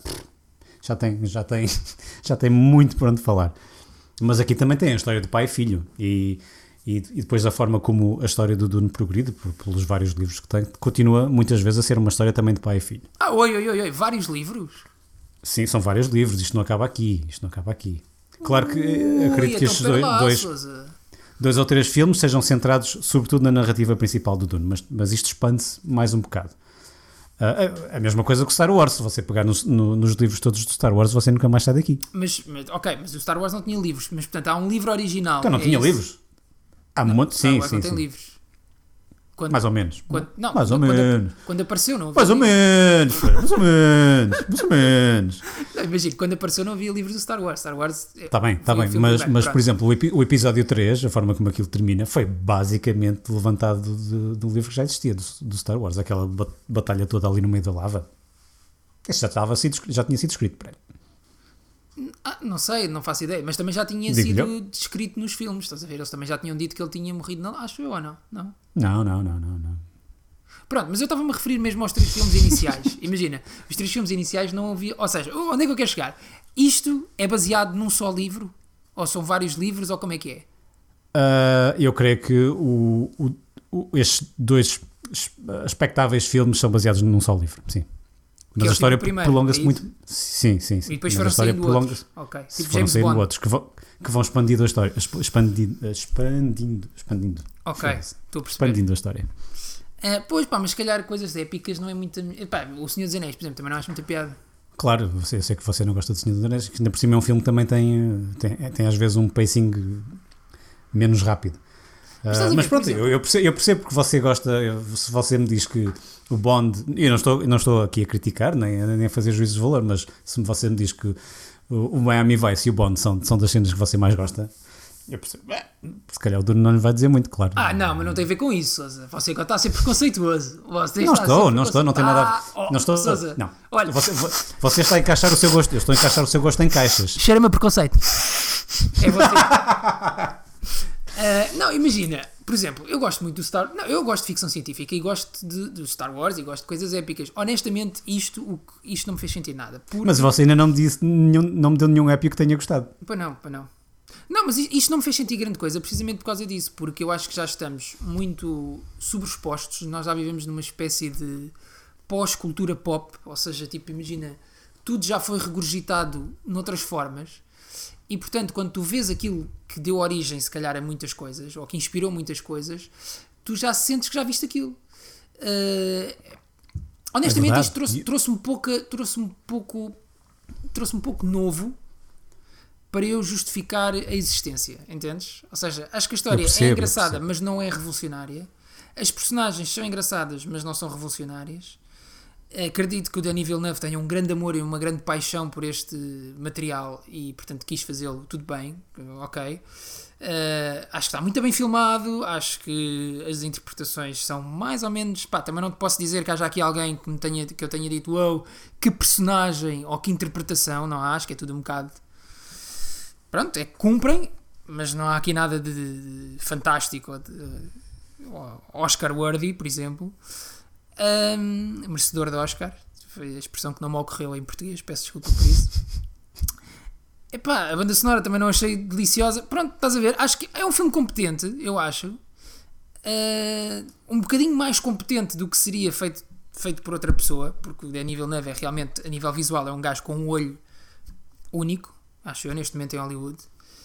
tem muito por onde falar. Mas aqui também tem a história de pai e filho. E depois a forma como a história do Dune progride, pelos vários livros que tem, continua muitas vezes a ser uma história também de pai e filho. Oi, vários livros? Sim, são vários livros, isto não acaba aqui. Claro que acredito que estes dois ou três filmes sejam centrados sobretudo na narrativa principal do Dune, mas isto expande-se mais um bocado. A mesma coisa que o Star Wars, se você pegar nos livros todos do Star Wars, você nunca mais sai daqui. Mas o Star Wars não tinha livros, mas portanto há um livro original. Então não tinha livros? Há um monte, sim. Não tem livros. Mais ou menos. Quando apareceu não havia. Mais ou menos. Imagina, quando apareceu não havia livros do Star Wars. Star Wars Está bem, mas por exemplo, o episódio 3, a forma como aquilo termina, foi basicamente levantado de um livro que já existia, do Star Wars, aquela batalha toda ali no meio da lava. Isso já tinha sido escrito para ele. Não sei, não faço ideia, mas também já tinha sido descrito nos filmes, estás a ver? Eles também já tinham dito que ele tinha morrido, acho eu ou não? Não. Pronto, mas eu estava-me a referir mesmo aos 3 filmes iniciais. Imagina, os 3 filmes iniciais não havia... Ou seja, onde é que eu quero chegar? Isto é baseado num só livro? Ou são vários livros? Ou como é que é? Eu creio que estes 2 expectáveis filmes são baseados num só livro, sim. Mas a história prolonga-se muito. Sim. E depois foram saindo outros. Ok. Tipo foram saindo outros que vão expandindo a história. Expandindo. Ok, estou a perceber. Expandindo a história. Mas se calhar coisas épicas não é muito... O Senhor dos Anéis, por exemplo, também não acho muita piada. Claro, eu sei que você não gosta do Senhor dos Anéis, que ainda por cima é um filme que também tem às vezes um pacing menos rápido. Mas pronto, eu percebo que você gosta. Se você me diz que o Bond, eu não estou aqui a criticar nem a fazer juízos de valor, mas se você me diz que o Miami Vice e o Bond são das cenas que você mais gosta, eu percebo. Se calhar o Duro não lhe vai dizer muito, claro. Não, mas não tem a ver com isso, Sousa. Você está a ser preconceituoso. Não tem nada a ver. Não estou. Sousa, não. Olha, você está a encaixar o seu gosto. Eu estou a encaixar o seu gosto em caixas. Cheira-me a preconceito. É você. Não, imagina, por exemplo, eu gosto muito eu gosto de ficção científica e gosto do Star Wars e gosto de coisas épicas. Honestamente, isto não me fez sentir nada. Mas você ainda não me disse, não me deu nenhum épico que tenha gostado. Pois não. Não, mas isto não me fez sentir grande coisa precisamente por causa disso, porque eu acho que já estamos muito sobreexpostos, nós já vivemos numa espécie de pós-cultura pop, ou seja, tipo, imagina, tudo já foi regurgitado noutras formas. E portanto, quando tu vês aquilo que deu origem, se calhar, a muitas coisas, ou que inspirou muitas coisas, tu já sentes que já viste aquilo. Honestamente, isto trouxe-me um pouco novo para eu justificar a existência, entendes? Ou seja, acho que a história é engraçada, mas não é revolucionária. As personagens são engraçadas, mas não são revolucionárias. Acredito que o Denis Villeneuve tenha um grande amor e uma grande paixão por este material e, portanto, quis fazê-lo tudo bem, ok. Acho que está muito bem filmado, acho que as interpretações são mais ou menos... também não te posso dizer que haja aqui alguém que eu tenha dito uau, que personagem ou que interpretação, não acho que é tudo um bocado... Pronto, é que cumprem, mas não há aqui nada de fantástico ou de Oscar-worthy, por exemplo. Merecedor de Oscar, foi a expressão que não me ocorreu em português, peço desculpa por isso. Epá, a banda sonora também não achei deliciosa. Pronto, estás a ver? Acho que é um filme competente, eu acho. Um bocadinho mais competente do que seria feito por outra pessoa, porque o Denis Villeneuve é realmente, a nível visual, é um gajo com um olho único, acho eu, neste momento em Hollywood.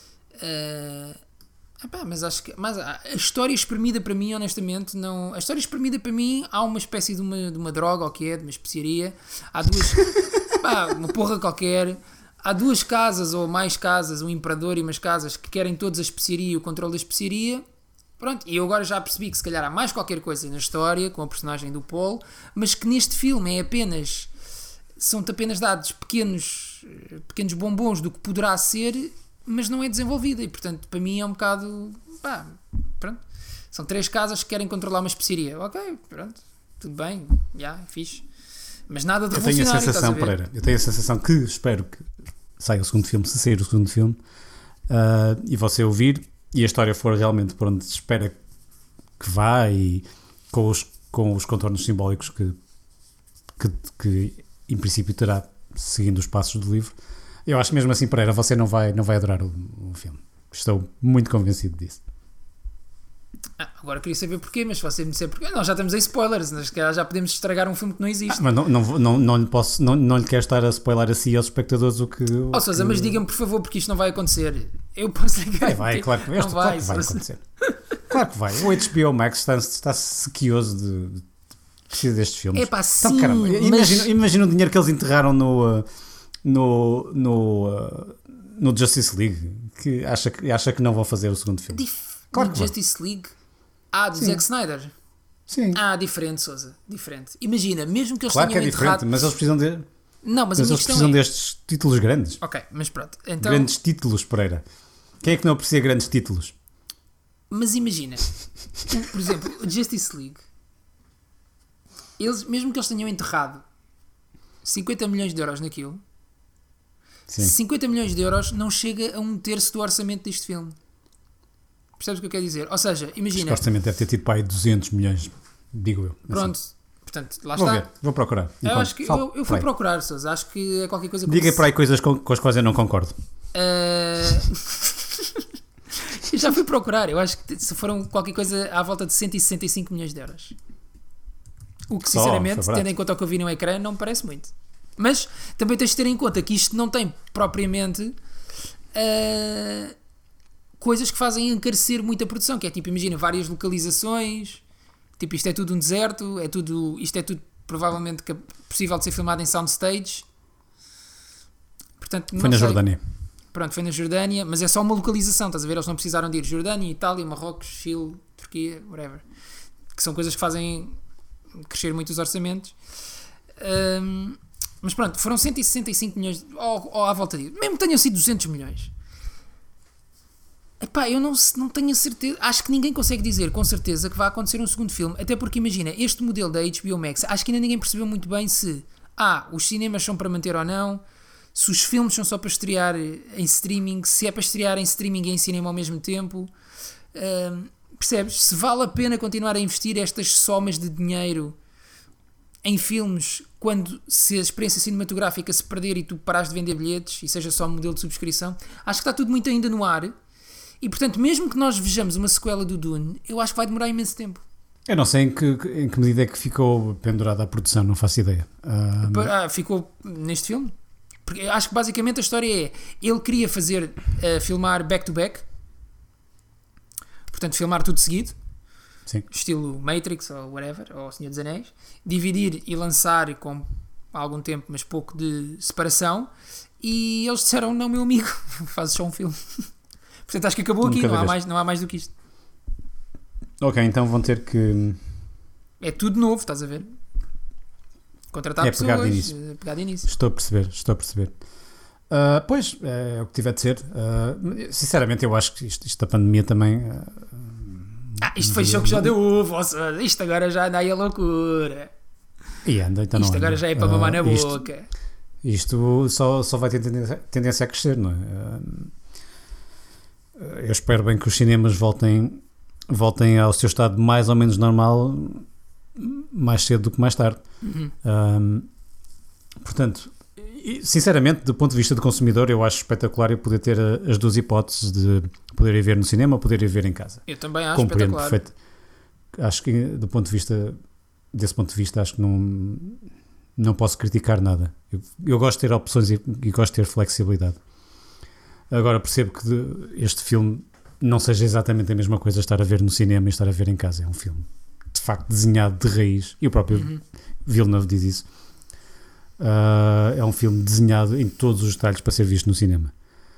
Mas acho que a história espremida para mim, honestamente, não. A história espremida para mim, há uma espécie de uma droga, ou que é, de uma especiaria. Há duas. Uma porra qualquer. Há duas casas ou mais casas, um imperador e umas casas que querem todos a especiaria e o controle da especiaria. Pronto, e eu agora já percebi que se calhar há mais qualquer coisa na história com a personagem do Paul, mas que neste filme são-te apenas dados pequenos bombons do que poderá ser, mas não é desenvolvida, e portanto para mim é um bocado pronto, são 3 casas que querem controlar uma especiaria, ok, pronto, tudo bem, fixe, mas nada de revolucionário. Eu tenho a sensação que espero que saia o segundo filme, se sair o segundo filme, e você ouvir e a história for realmente por onde se espera que vá, e com os contornos simbólicos que em princípio terá, seguindo os passos do livro, eu acho mesmo assim, Pereira, você não vai adorar o filme. Estou muito convencido disso. Agora queria saber porquê, mas se você me disser porquê, nós já estamos em spoilers, mas já podemos estragar um filme que não existe. Mas não lhe quero estar a spoiler assim aos espectadores o que... Sousa, mas diga-me por favor, porque isto não vai acontecer. Eu posso ligar. Vai, claro que vai acontecer. Claro que vai. O HBO Max está sequioso de precisa destes filmes. Sim, então, caramba, imagina o dinheiro que eles enterraram no Justice League, que acha que não vão fazer o segundo filme. Claro que Justice League? Do Zack Snyder? Sim. Diferente, Sousa. Diferente. Imagina, mesmo que eles claro tenham que é diferente, mas eles precisam de... Não, mas eles precisam destes títulos grandes. Ok, mas pronto. Então... Grandes títulos, Pereira. Quem é que não aprecia grandes títulos? Mas imagina, por exemplo, o Justice League, mesmo que eles tenham enterrado 50 milhões de euros naquilo, sim. 50 milhões de euros não chega a 1/3 do orçamento deste filme. Percebes o que eu quero dizer? Ou seja, imagina... O orçamento deve ter tido para aí 200 milhões, digo eu. Pronto, assim. Portanto, lá está. Vou procurar. Eu acho que eu fui procurar, Sousa. Acho que é qualquer coisa... Diga por aí coisas com as quais eu não concordo. Eu já fui procurar. Eu acho que se foram qualquer coisa à volta de 165 milhões de euros. O que, sinceramente, tendo em conta o que eu vi no ecrã, não me parece muito. Mas também tens de ter em conta que isto não tem propriamente coisas que fazem encarecer muito a produção, que é tipo, imagina, várias localizações, tipo, isto é tudo um deserto, isto é tudo provavelmente possível de ser filmado em soundstage. Portanto, foi na Jordânia. Pronto, foi na Jordânia, mas é só uma localização, estás a ver? Eles não precisaram de ir Jordânia, Itália, Marrocos, Chile, Turquia, whatever. Que são coisas que fazem crescer muito os orçamentos. Mas pronto, foram 165 milhões, ou à volta disso. Mesmo que tenham sido 200 milhões. Epá, eu não tenho a certeza. Acho que ninguém consegue dizer com certeza que vai acontecer um segundo filme. Até porque, imagina, este modelo da HBO Max, acho que ainda ninguém percebeu muito bem se os cinemas são para manter ou não, se os filmes são só para estrear em streaming, se é para estrear em streaming e em cinema ao mesmo tempo. Percebes? Se vale a pena continuar a investir estas somas de dinheiro em filmes se a experiência cinematográfica se perder e tu parares de vender bilhetes e seja só um modelo de subscrição. Acho que está tudo muito ainda no ar. E portanto, mesmo que nós vejamos uma sequela do Dune, eu acho que vai demorar imenso tempo. Eu não sei em que medida é que ficou pendurada a produção, não faço ideia. Ficou neste filme? Porque acho que basicamente a história é: ele queria filmar back-to-back, portanto, filmar tudo seguido, sim. Estilo Matrix ou whatever, ou Senhor dos Anéis, dividir e lançar com algum tempo, mas pouco de separação. E eles disseram: não, meu amigo, fazes só um filme. Portanto, acho que acabou aqui, não há mais do que isto. Ok, então vão ter que... É tudo novo, estás a ver? Contratar pessoas, pegar de início. Estou a perceber. Pois, é o que tiver de ser. Sinceramente, eu acho que isto da pandemia também... isto foi show que já deu ovo, isto agora já anda aí a loucura. E anda, então isto não agora anda. já é para mamar na boca. Isto só vai ter tendência a crescer, não é? Eu espero bem que os cinemas voltem ao seu estado mais ou menos normal mais cedo do que mais tarde. Uhum. Portanto, E, sinceramente, do ponto de vista do consumidor, eu acho espetacular eu poder ter as duas hipóteses de poder ir ver no cinema ou poder ir ver em casa. Eu também acho Compreendo espetacular. perfeito. Acho que desse ponto de vista, acho que não posso criticar nada. Eu gosto de ter opções e gosto de ter flexibilidade. Agora percebo que este filme não seja exatamente a mesma coisa estar a ver no cinema e estar a ver em casa. É um filme de facto desenhado de raiz, e o próprio Villeneuve diz isso. É um filme desenhado em todos os detalhes para ser visto no cinema.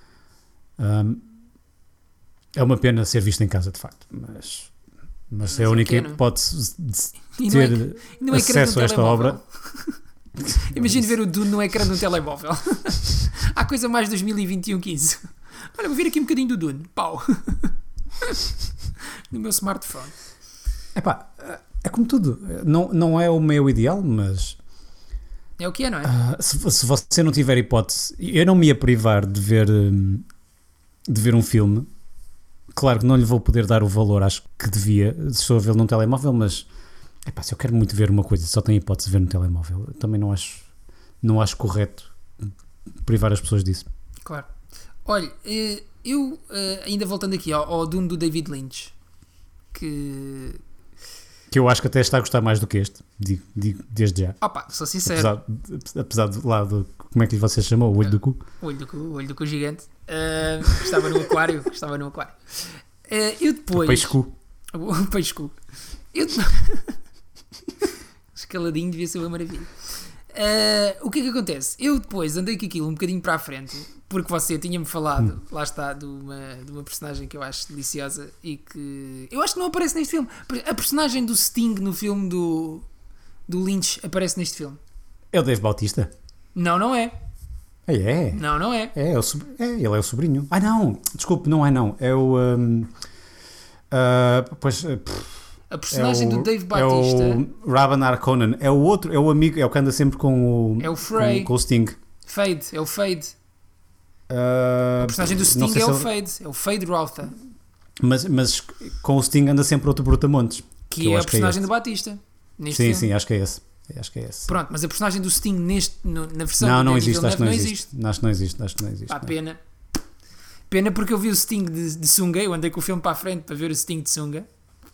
É uma pena ser visto em casa, de facto, mas é a única hipótese de ter acesso a esta obra. Imagina ver o Dune no ecrã de um telemóvel. Há coisa mais 2021-15. Olha, vou ver aqui um bocadinho do Dune. Pau. No meu smartphone. Epá, é como tudo. Não é o meu ideal, mas É o que é, não é? se você não tiver hipótese, eu não me ia privar de ver um filme. Claro que não lhe vou poder dar o valor, acho que devia, se estou a vê-lo num telemóvel, mas epá, se eu quero muito ver uma coisa e só tenho hipótese de ver no telemóvel, eu também não acho correto privar as pessoas disso. Claro. Olha, eu ainda voltando aqui ao Dune do David Lynch, que eu acho que até está a gostar mais do que este, digo desde já. opa, sou sincero. Apesar do lado, como é que você chamou? O olho do cu? O olho do cu gigante. Estava no aquário. Eu depois... O peixe-cu. O peixe-cu. Escaladinho devia ser uma maravilha. O que é que acontece? Eu depois andei com aquilo um bocadinho para a frente, porque você tinha-me falado, lá está, de uma personagem que eu acho deliciosa e que eu acho que não aparece neste filme. A personagem do Sting no filme do Lynch aparece neste filme. É o Dave Bautista? Não é. É? Não é. Ele é o sobrinho. Ah, não, desculpe, não é não. É o... A personagem do Dave É Bautista o Rabban Harkonnen. É o outro, é o amigo, é o que anda sempre com o... É o Frey. Com o Sting. É o Fade. A personagem do Sting é o Fade. É o Fade Rotha. Mas com o Sting anda sempre outro Brutamontes. Que é a personagem do Batista. Neste filme. Sim, acho que é esse. Pronto, mas a personagem do Sting na versão não do existe, acho que não existe. Acho que não existe. Pá, pena porque eu vi o Sting de sunga. Eu andei com o filme para a frente para ver o Sting de sunga.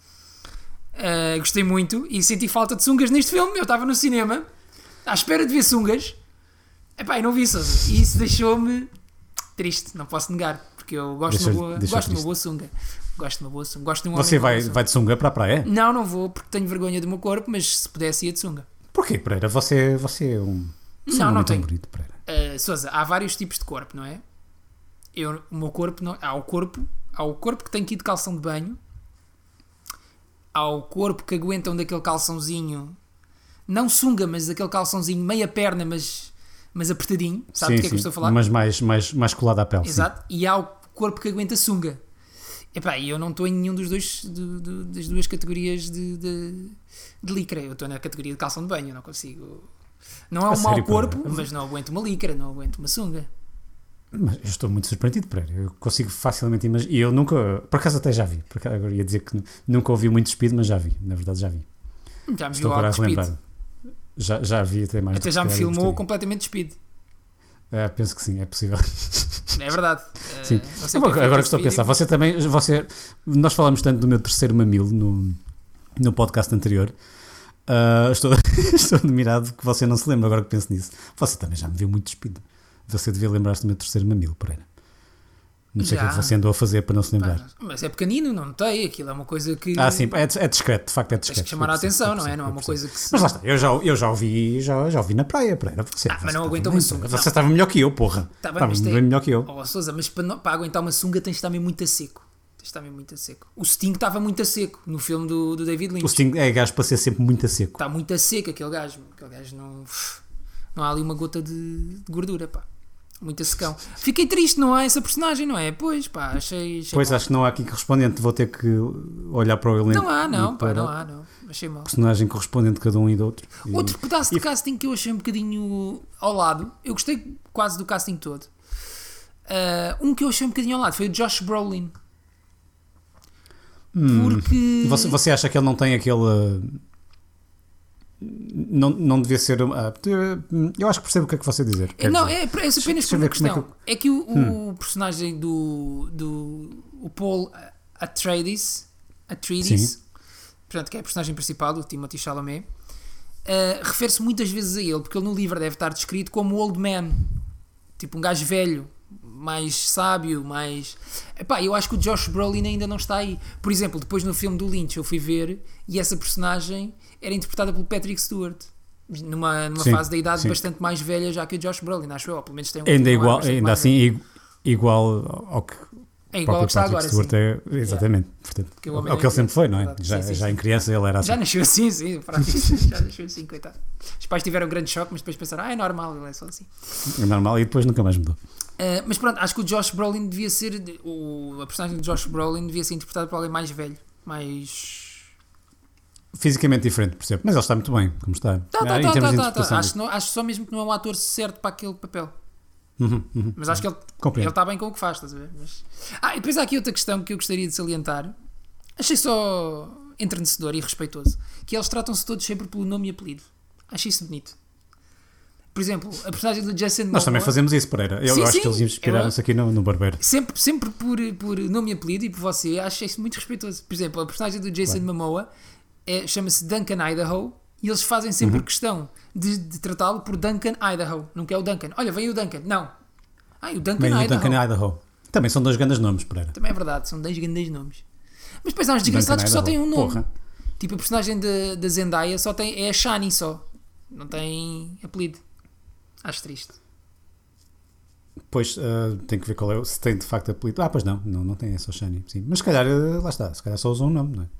Gostei muito e senti falta de sungas neste filme. Eu estava no cinema à espera de ver sungas. Epá, e não vi Sousa. E isso deixou-me triste, não posso negar, porque eu gosto de uma boa sunga. Gosto de uma boa sunga. Gosto de um Você vai de sunga para a praia? Não vou, porque tenho vergonha do meu corpo, mas se pudesse ir de sunga. Porquê, Pereira? Você é um... Não tenho. Bonito, Pereira. Sousa, há vários tipos de corpo, não é? O meu corpo não... Há o corpo que tem que ir de calção de banho. Há o corpo que aguentam daquele calçãozinho, não sunga, mas aquele calçãozinho meia perna, mas apertadinho. Sabe do que é que eu estou a falar? Mas mais colado à pele. Exato. Sim. E há o corpo que aguenta sunga. Epá, e eu não estou em nenhum dos dois das duas categorias de licra. Eu estou na categoria de calção de banho. Eu não consigo. Não é um mau corpo, mas não aguento uma licra, não aguento uma sunga. Mas eu estou muito surpreendido, Pereira. Eu consigo facilmente imaginar. E eu nunca, por acaso até já vi. Agora ia dizer que nunca ouvi muito despido, mas já vi. Na verdade já vi. Já me viu algo despido. Já vi até mais. Até já me filmou completamente despido. Penso que sim, é possível. É verdade. Sim. Agora que estou a pensar, nós falámos tanto do meu terceiro mamilo no podcast anterior. Estou admirado que você não se lembra, agora que penso nisso. Você também já me viu muito despido. Você devia lembrar-se do meu terceiro mamilo, Pereira. Não sei o que é que você andou a fazer para não se lembrar. Mas é pequenino, não notei. Aquilo é uma coisa que... Sim, é discreto, de facto é discreto. Tens que chamar a atenção, não é? Não é uma coisa que... Mas lá está, eu já ouvi na praia, Pereira. Mas não aguenta uma sunga. Você estava melhor que eu, porra. Estava bem melhor que eu. Sousa, mas para aguentar uma sunga tens de estar mesmo muito a seco. O Sting estava muito a seco no filme do David Lynch. O Sting é gajo para ser sempre muito a seco. Está muito a seco aquele gajo. Aquele gajo não há ali uma gota de gordura, pá. Muito secão. Fiquei triste, não há essa personagem, não é? Pois, pá, achei pois, acho que não há aqui correspondente. Vou ter que olhar para o elenco. Não há, não. Achei mal. Personagem correspondente de cada um e do outro. Outro pedaço de casting que eu achei um bocadinho ao lado. Eu gostei quase do casting todo. Um que eu achei um bocadinho ao lado foi o Josh Brolin. Porque... Você acha que ele não tem aquele não devia ser. Eu acho que percebo o que é que você dizer. Quer Não, dizer, é apenas por deixa eu uma ver como é questão. É que o personagem do o Paul Atreides, Sim. portanto, que é a personagem principal, do Timothée Chalamet, refere-se muitas vezes a ele, porque ele no livro deve estar descrito como old man, tipo um gajo velho, mais sábio, mais... Epá, eu acho que o Josh Brolin ainda não está aí. Por exemplo, depois no filme do Lynch eu fui ver e essa personagem era interpretada pelo Patrick Stewart, numa Sim, fase da idade sim. bastante mais velha já que o Josh Brolin, acho eu, ou pelo menos tem um Ainda, um ar igual, bastante ainda mais assim, velho. igual ao que. É igual ao que está agora, Stewart sim. é, exatamente. Portanto, Porque o ao Homem que ele sempre foi, não é? Exato. Já, Sim, sim, já sim. em criança ele era assim. Já nasceu assim, sim, praticamente, já nasceu assim, coitado. Os pais tiveram um grande choque, mas depois pensaram, é normal, ele é só assim. É normal e depois nunca mais mudou. Mas pronto, acho que o Josh Brolin devia ser, a personagem de Josh Brolin devia ser interpretada por alguém mais velho, mais... Fisicamente diferente, percebo. Mas ele está muito bem, como está. Em termos de interpretação. Acho só mesmo que não é um ator certo para aquele papel. Uhum. Mas acho que ele Compreendo. está bem com o que faz, estás a ver? E depois há aqui outra questão que eu gostaria de salientar. Achei só entrenecedor e respeitoso. Que eles tratam-se todos sempre pelo nome e apelido. Achei isso bonito. Por exemplo, a personagem do Jason Momoa... Nós também fazemos isso, Pereira. Eu Sim, acho sim. que eles inspiraram-se aqui no Barbeiro. Sempre por nome e apelido e por você, acho isso muito respeitoso. Por exemplo, a personagem do Jason Momoa chama-se Duncan Idaho e eles fazem sempre questão de tratá-lo por Duncan Idaho. Nunca é o Duncan. Olha, vem o Duncan. Não. O Duncan Bem, o Idaho. Duncan Idaho. Também são dois grandes nomes, Pereira. Também é verdade, são 10 grandes nomes. Mas depois há uns desgraçados que só têm um nome. Porra. Tipo, a personagem da Zendaya só tem, é a Shani só. Não tem apelido. Acho triste. Pois, tem que ver qual é, se tem de facto apelido. Pois não tem, é só Shani. Sim. Mas se calhar, lá está, se calhar só usam um nome, não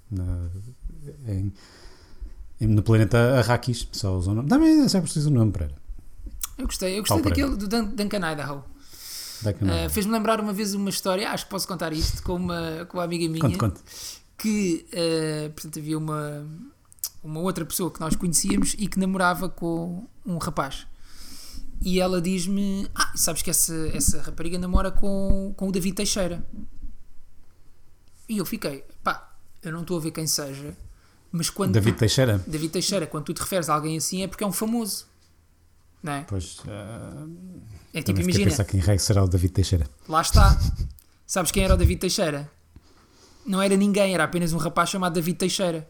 é? No planeta Arrakis, só usam um nome. Também é sempre preciso um nome, Pereira. Eu gostei Qual daquele do Duncan Idaho. Fez-me lembrar uma vez uma história, acho que posso contar isto, com uma amiga minha. Conte. Que, portanto, havia uma outra pessoa que nós conhecíamos e que namorava com um rapaz. E ela diz-me, sabes que essa rapariga namora com o David Teixeira. E eu fiquei, eu não estou a ver quem seja, mas quando... David Teixeira? David Teixeira, quando tu te referes a alguém assim é porque é um famoso. Não é? Pois, É tipo, imagina. imagina, Pensar quem raio será o David Teixeira. lá está. Sabes quem era o David Teixeira? Não era ninguém, era apenas um rapaz chamado David Teixeira.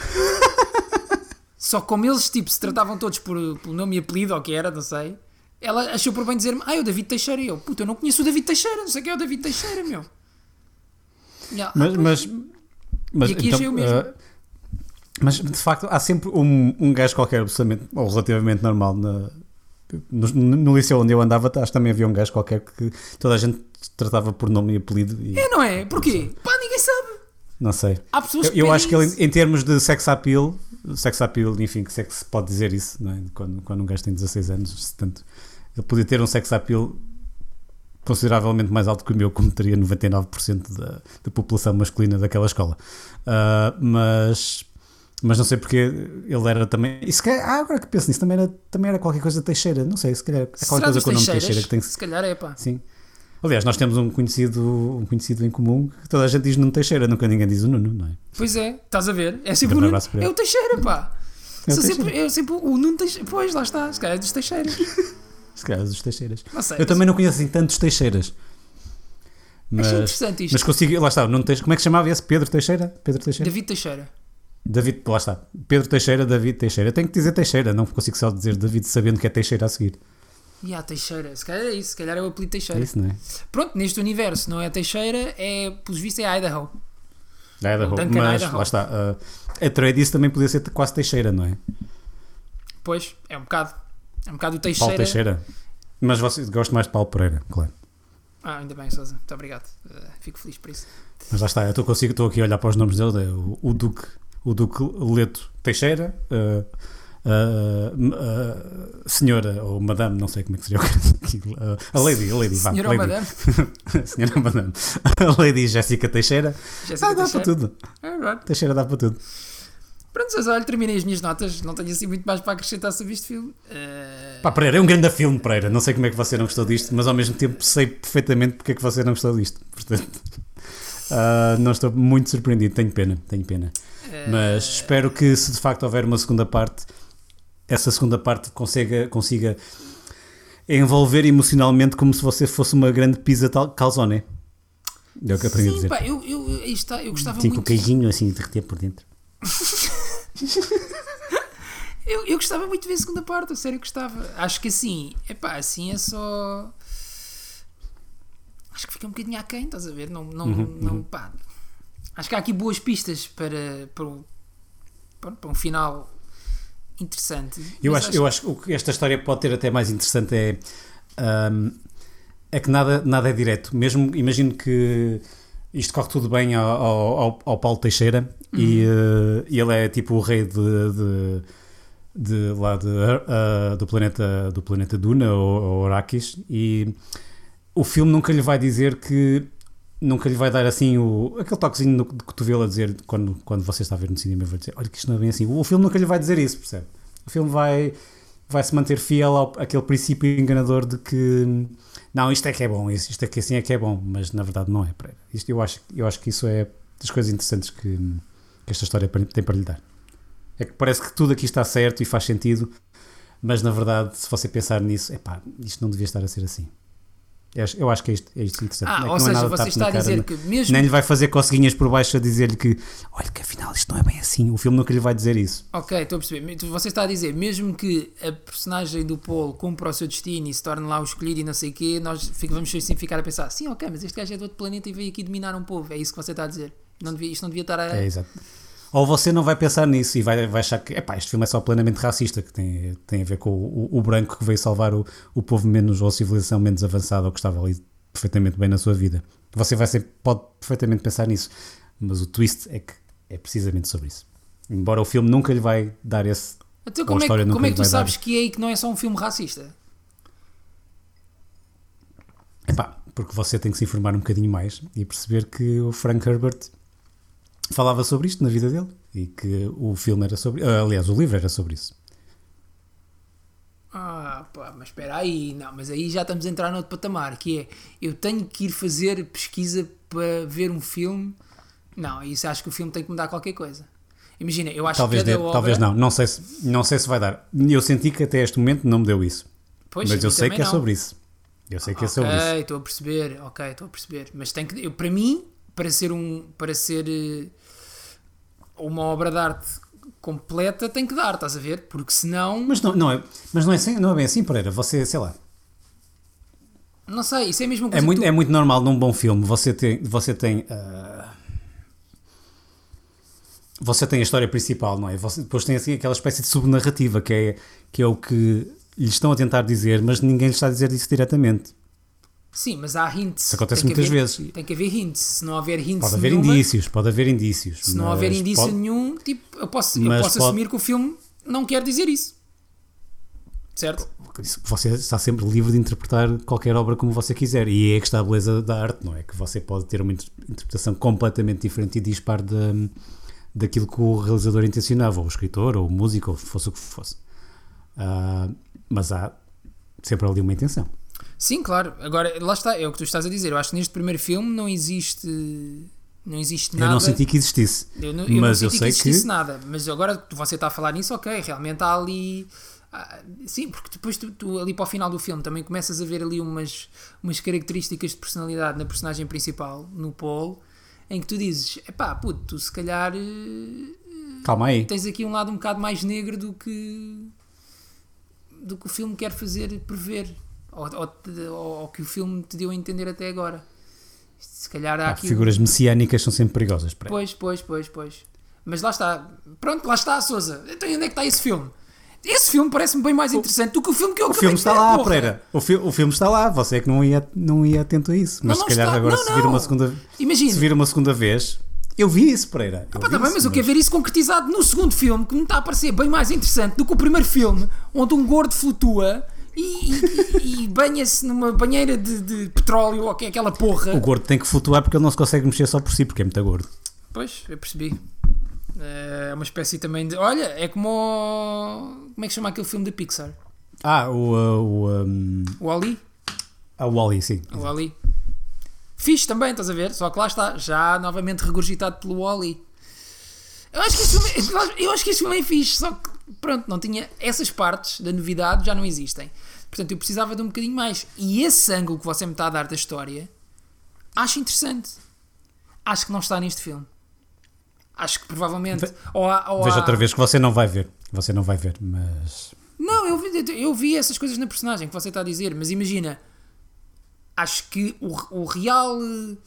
Só que como eles tipo, se tratavam todos pelo nome e apelido, ou o que era, não sei, ela achou por bem dizer-me, o David Teixeira. E eu, eu não conheço o David Teixeira, não sei quem é o David Teixeira, meu. E ela, Mas e aqui achei o mesmo. Mas de facto há sempre um gajo qualquer absolutamente ou relativamente normal no liceu onde eu andava, acho que também havia um gajo qualquer que toda a gente tratava por nome e apelido e, Não é? Porquê? Ninguém sabe. não sei. Há pessoas que Eu pedem acho que ele, isso. em termos de sex appeal, enfim, que se pode dizer isso, não é? Quando um gajo tem 16 anos, portanto, ele podia ter um sex appeal consideravelmente mais alto que o meu, como teria 99% da população masculina daquela escola. Mas não sei porque ele era também. E se calhar, agora que penso nisso, também era qualquer coisa Teixeira. Não sei, se calhar é qualquer Será coisa dos com o nome Teixeiras? Teixeira que tem. Se calhar é, Sim. Aliás, nós temos um conhecido em comum que toda a gente diz Nuno Teixeira, nunca ninguém diz o Nuno, não é? Pois é, estás a ver? É sempre Grande o Nuno. abraço para ele. É o Teixeira, pá. É o Sou Teixeira. sempre, eu sempre o Nuno Teixeira. Pois, lá está. Se calhar é dos Teixeiras. Se calhar dos Teixeiras. Não sei. Eu também não conheço assim tantos Teixeiras. Achei interessante isto. Mas consigo, lá está, Nuno Teixeira, como é que se chamava esse? Pedro Teixeira? David Teixeira. David, lá está. Pedro Teixeira, David Teixeira. Eu tenho que dizer Teixeira, não consigo só dizer David sabendo que é Teixeira a seguir. Teixeira. Se calhar é isso. Se calhar é o apelido Teixeira. É isso, não é? Pronto, neste universo não é Teixeira, pelos vistos é Idaho. Duncan Mas Idaho. lá está. A Tradice também podia ser quase Teixeira, não é? Pois, é um bocado. É um bocado o Teixeira. Paulo Teixeira. Mas você gosta mais de Paulo Pereira, claro. Ainda bem, Sousa. Muito obrigado. Fico feliz por isso. Mas lá está, eu estou aqui a olhar para os nomes dele, o Duque Leto Teixeira, senhora ou madame, não sei como é que seria aquilo, a lady, vá. Senhora ou lady. madame? Senhora madame. A lady Jéssica Teixeira. Jéssica Dá Teixeira. para tudo. É verdade. Teixeira dá para tudo. Pronto, Sousa, olha, terminei as minhas notas. Não tenho assim muito mais para acrescentar sobre este filme. Pá, Pereira, é um grande filme, Pereira. Não sei como é que você não gostou disto, mas ao mesmo tempo sei perfeitamente porque é que você não gostou disto. Portanto, não estou muito surpreendido. Tenho pena. Mas espero que, se de facto houver uma segunda parte, essa segunda parte consiga envolver emocionalmente como se você fosse uma grande pizza calzone. É o que eu tenho a Sim, dizer. pá, aí está, eu gostava Sim, com o muito. queijinho assim derreter por dentro. Eu gostava muito de ver a segunda parte, a sério gostava. Acho que assim, assim é só. Acho que fica um bocadinho aquém, estás a ver? Não, pá. Acho que há aqui boas pistas para um final interessante. Eu acho que o que esta história pode ter até mais interessante é que nada é direto. Mesmo, imagino que isto corre tudo bem ao Paulo Teixeira e ele é tipo o rei do planeta Duna ou Arrakis, e o filme nunca lhe vai dizer nunca lhe vai dar assim aquele toquezinho de cotovelo a dizer quando você está a ver no cinema, vai dizer, olha que isto não é bem assim. O filme nunca lhe vai dizer isso, percebe? O filme vai se manter fiel àquele princípio enganador de que não, isto é que é bom, isto é que assim é que é bom, mas na verdade não é. Eu acho que isso é das coisas interessantes que esta história tem para lhe dar. É que parece que tudo aqui está certo e faz sentido, mas na verdade, se você pensar nisso, isto não devia estar a ser assim. Eu acho que é isto interessante. É que ou seja, você está a dizer que mesmo... Nem lhe vai fazer coceguinhas por baixo a dizer-lhe que, olha, que afinal isto não é bem assim. O filme nunca lhe vai dizer isso. Ok, estou a perceber. Você está a dizer, mesmo que a personagem do Paul cumpra o seu destino e se torne lá o escolhido e não sei o quê, nós vamos sempre ficar a pensar, sim, ok, mas este gajo é de outro planeta e veio aqui dominar um povo. É isso que você está a dizer. Isto não devia estar a... É, exato. Ou você não vai pensar nisso e vai achar que este filme é só plenamente racista, que tem a ver com o branco que veio salvar o povo menos, ou a civilização menos avançada, ou que estava ali perfeitamente bem na sua vida. Você pode perfeitamente pensar nisso, mas o twist é que é precisamente sobre isso. Embora o filme nunca lhe vai dar esse... Então como é que tu sabes que não é só um filme racista? Porque você tem que se informar um bocadinho mais e perceber que o Frank Herbert falava sobre isto na vida dele e que o filme era sobre... aliás, o livro era sobre isso. Mas espera aí, não, mas aí já estamos a entrar noutro patamar, que é, eu tenho que ir fazer pesquisa para ver um filme. Não, isso acho que o filme tem que mudar qualquer coisa. Imagina, eu acho que cada obra... Talvez não sei se vai dar. Eu senti que até este momento não me deu isso. Pois, mas eu sei que é sobre isso. Eu sei que é sobre isso. Estou a perceber. Mas tem que... para mim, para ser uma obra de arte completa, tem que dar, estás a ver? Porque senão... Mas não é bem assim, Pereira. Você, sei lá... Não sei, isso é mesmo coisa é muito normal num bom filme. Você tem a história principal, não é? Você depois tem assim aquela espécie de subnarrativa que é o que lhe estão a tentar dizer, mas ninguém lhe está a dizer isso diretamente. Sim, mas há hints. Isso acontece muitas vezes. Tem que haver hints. Se não houver hints pode haver indícios. Se não houver indício nenhum, tipo, eu posso assumir que o filme não quer dizer isso. Certo? Você está sempre livre de interpretar qualquer obra como você quiser. E é que está a beleza da arte, não é? Que você pode ter uma interpretação completamente diferente e dispar daquilo que o realizador intencionava, ou o escritor, ou o músico, ou fosse o que fosse. Mas há sempre ali uma intenção. Sim, claro. Agora, lá está, é o que tu estás a dizer. Eu acho que neste primeiro filme não existe nada. Eu não senti que existisse. Eu não senti que existisse nada. Mas agora que você está a falar nisso, ok, realmente há ali... sim, porque depois tu ali para o final do filme também começas a ver ali umas características de personalidade na personagem principal, no Paul, em que tu dizes, tu se calhar... Calma aí. Tens aqui um lado um bocado mais negro do que o filme quer fazer prever. Ou que o filme te deu a entender até agora. Se calhar há aqui... Figuras messiânicas são sempre perigosas. Pois. Mas lá está. Pronto, lá está a Sousa. Então onde é que está esse filme? Esse filme parece-me bem mais interessante do que o filme que eu acabei de ver. O filme está lá, Pereira. O filme está lá. Você é que não ia atento a isso. Mas se calhar está. Agora se vir uma segunda vez... Eu vi isso, Pereira. Mas eu quero ver isso concretizado no segundo filme, que me está a parecer bem mais interessante do que o primeiro filme, onde um gordo flutua e banha-se numa banheira de petróleo ou que é aquela porra. O gordo tem que flutuar porque ele não se consegue mexer só por si, porque é muito gordo. Pois, eu percebi. É uma espécie também de... Olha, é como como é que chama aquele filme da Pixar? O Wall-E? O Wall-E, sim. O Wall-E. Fixe também, estás a ver? Só que lá está, já novamente regurgitado pelo Wall-E. Eu acho que este filme é fixe, só que pronto, não tinha essas partes da novidade, já não existem. Portanto, eu precisava de um bocadinho mais. E esse ângulo que você me está a dar da história, acho interessante. Acho que não está neste filme. Acho que provavelmente. Veja outra vez que você não vai ver. Você não vai ver, mas. Não, eu vi essas coisas na personagem que você está a dizer, mas imagina. Acho que o real.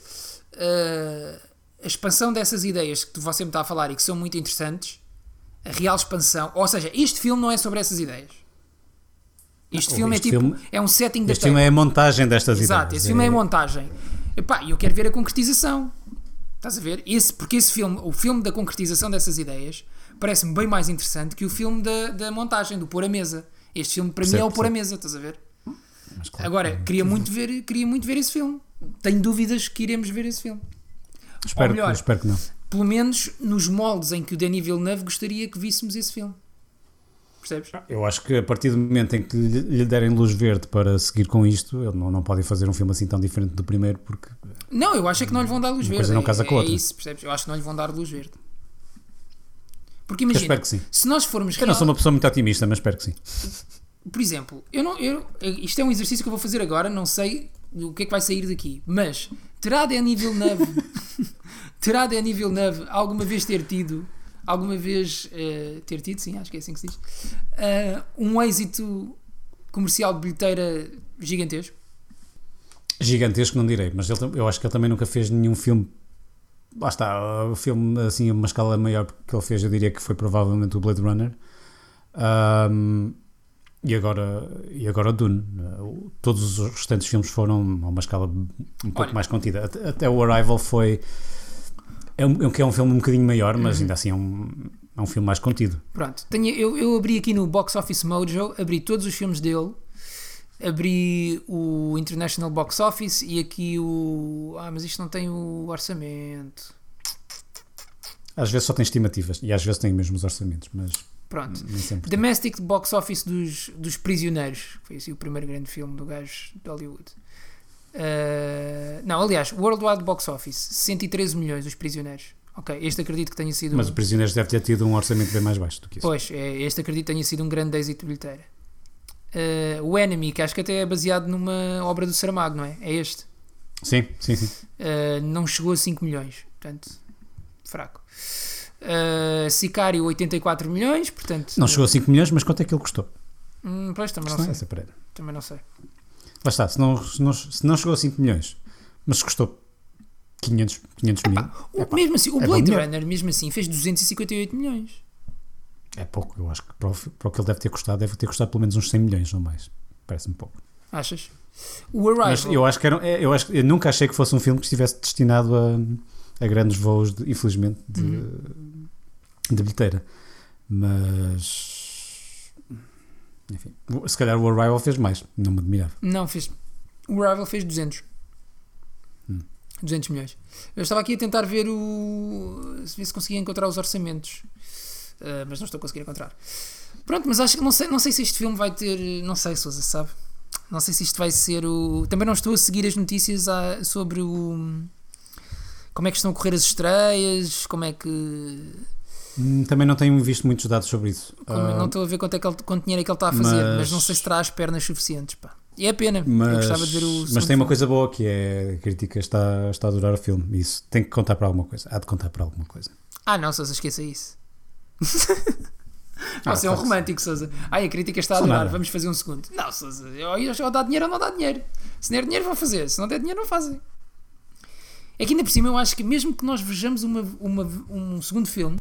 A expansão dessas ideias que você me está a falar e que são muito interessantes. A real expansão. Ou seja, este filme não é sobre essas ideias. Este filme é tipo. É um setting da Este filme é a montagem destas ideias. Exato, esse filme é a montagem. Epá, eu quero ver a concretização. Estás a ver? Porque esse filme, o filme da concretização dessas ideias, parece-me bem mais interessante que o filme da montagem, do pôr a mesa. Este filme para mim é o pôr a mesa, estás a ver? Mas, claro, agora, queria muito ver esse filme. Tenho dúvidas que iremos ver esse filme. Espero que não. Pelo menos nos moldes em que o Denis Villeneuve gostaria que víssemos esse filme. Percebes? Eu acho que a partir do momento em que lhe derem luz verde para seguir com isto, ele não podem fazer um filme assim tão diferente do primeiro, porque... Não, eu acho é que não lhe vão dar luz verde. Não casa com outra. É isso, percebes? Eu acho que não lhe vão dar luz verde. Porque imagina, espero que sim. Se nós formos... Eu não sou uma pessoa muito otimista, mas espero que sim. Por exemplo, isto é um exercício que eu vou fazer agora, não sei o que é que vai sair daqui, mas terá Denis Villeneuve alguma vez ter tido, sim, acho que é assim que se diz, um êxito comercial de bilheteira gigantesco? Gigantesco não direi, mas eu acho que ele também nunca fez nenhum filme. Lá está, o filme assim a uma escala maior que ele fez, eu diria que foi provavelmente o Blade Runner. E agora o Dune. Todos os restantes filmes foram a uma escala um pouco mais contida. Até o Arrival foi... É um filme um bocadinho maior, mas ainda assim é um filme mais contido. Pronto, eu abri aqui no Box Office Mojo, abri todos os filmes dele, abri o International Box Office e aqui mas isto não tem o orçamento. Às vezes só tem estimativas e às vezes tem mesmo os orçamentos, mas... Pronto. Sempre Domestic Box Office dos Prisioneiros, foi assim o primeiro grande filme do gajo de Hollywood. Não, aliás, Worldwide Box Office 113 milhões Os Prisioneiros. Ok, este acredito que tenha sido... Mas o Prisioneiros deve ter tido um orçamento bem mais baixo do que isso. Pois, este acredito que tenha sido um grande êxito de bilheteira. O Enemy, que acho que até é baseado numa obra do Saramago, não é? É este? Sim. Não chegou a 5 milhões, portanto, fraco. Sicário 84 milhões, portanto... Não chegou a 5 milhões, mas quanto é que ele custou? Pois, também não sei. Também não sei. Lá está, se não chegou a 5 milhões, mas custou 500 mil... Mesmo assim, o Blade Runner, mesmo assim, fez 258 milhões. É pouco, eu acho que para o que ele deve ter custado pelo menos uns 100 milhões ou mais. Parece-me pouco. Achas? O Arrival... Mas eu nunca achei que fosse um filme que estivesse destinado a grandes voos, infelizmente, de bilheteira. Mas... Enfim, se calhar o Arrival fez mais, não me admirava. Não, fez... O Arrival fez 200 milhões. Eu estava aqui a tentar ver se conseguia encontrar os orçamentos, mas não estou a conseguir encontrar. Pronto, mas acho que não sei se este filme vai ter... Não sei, Sousa, sabe? Não sei se isto vai ser o... Também não estou a seguir as notícias sobre como é que estão a correr as estreias, como é que... Também não tenho visto muitos dados sobre isso. Não estou a ver quanto dinheiro é que ele está a fazer, mas não sei se terá as pernas suficientes, pá. E é pena, eu gostava de ver o... Mas tem uma coisa boa, que é a crítica está a adorar o filme. Isso tem que contar para alguma coisa. Há de contar para alguma coisa. Não, Sousa, esqueça isso. Você é um romântico, Sousa. A crítica está a adorar, vamos fazer um segundo. Não, Sousa, ou dá dinheiro ou não dá dinheiro. Se der dinheiro vão fazer, se não der dinheiro não fazem. É que ainda por cima eu acho que mesmo que nós vejamos um segundo filme,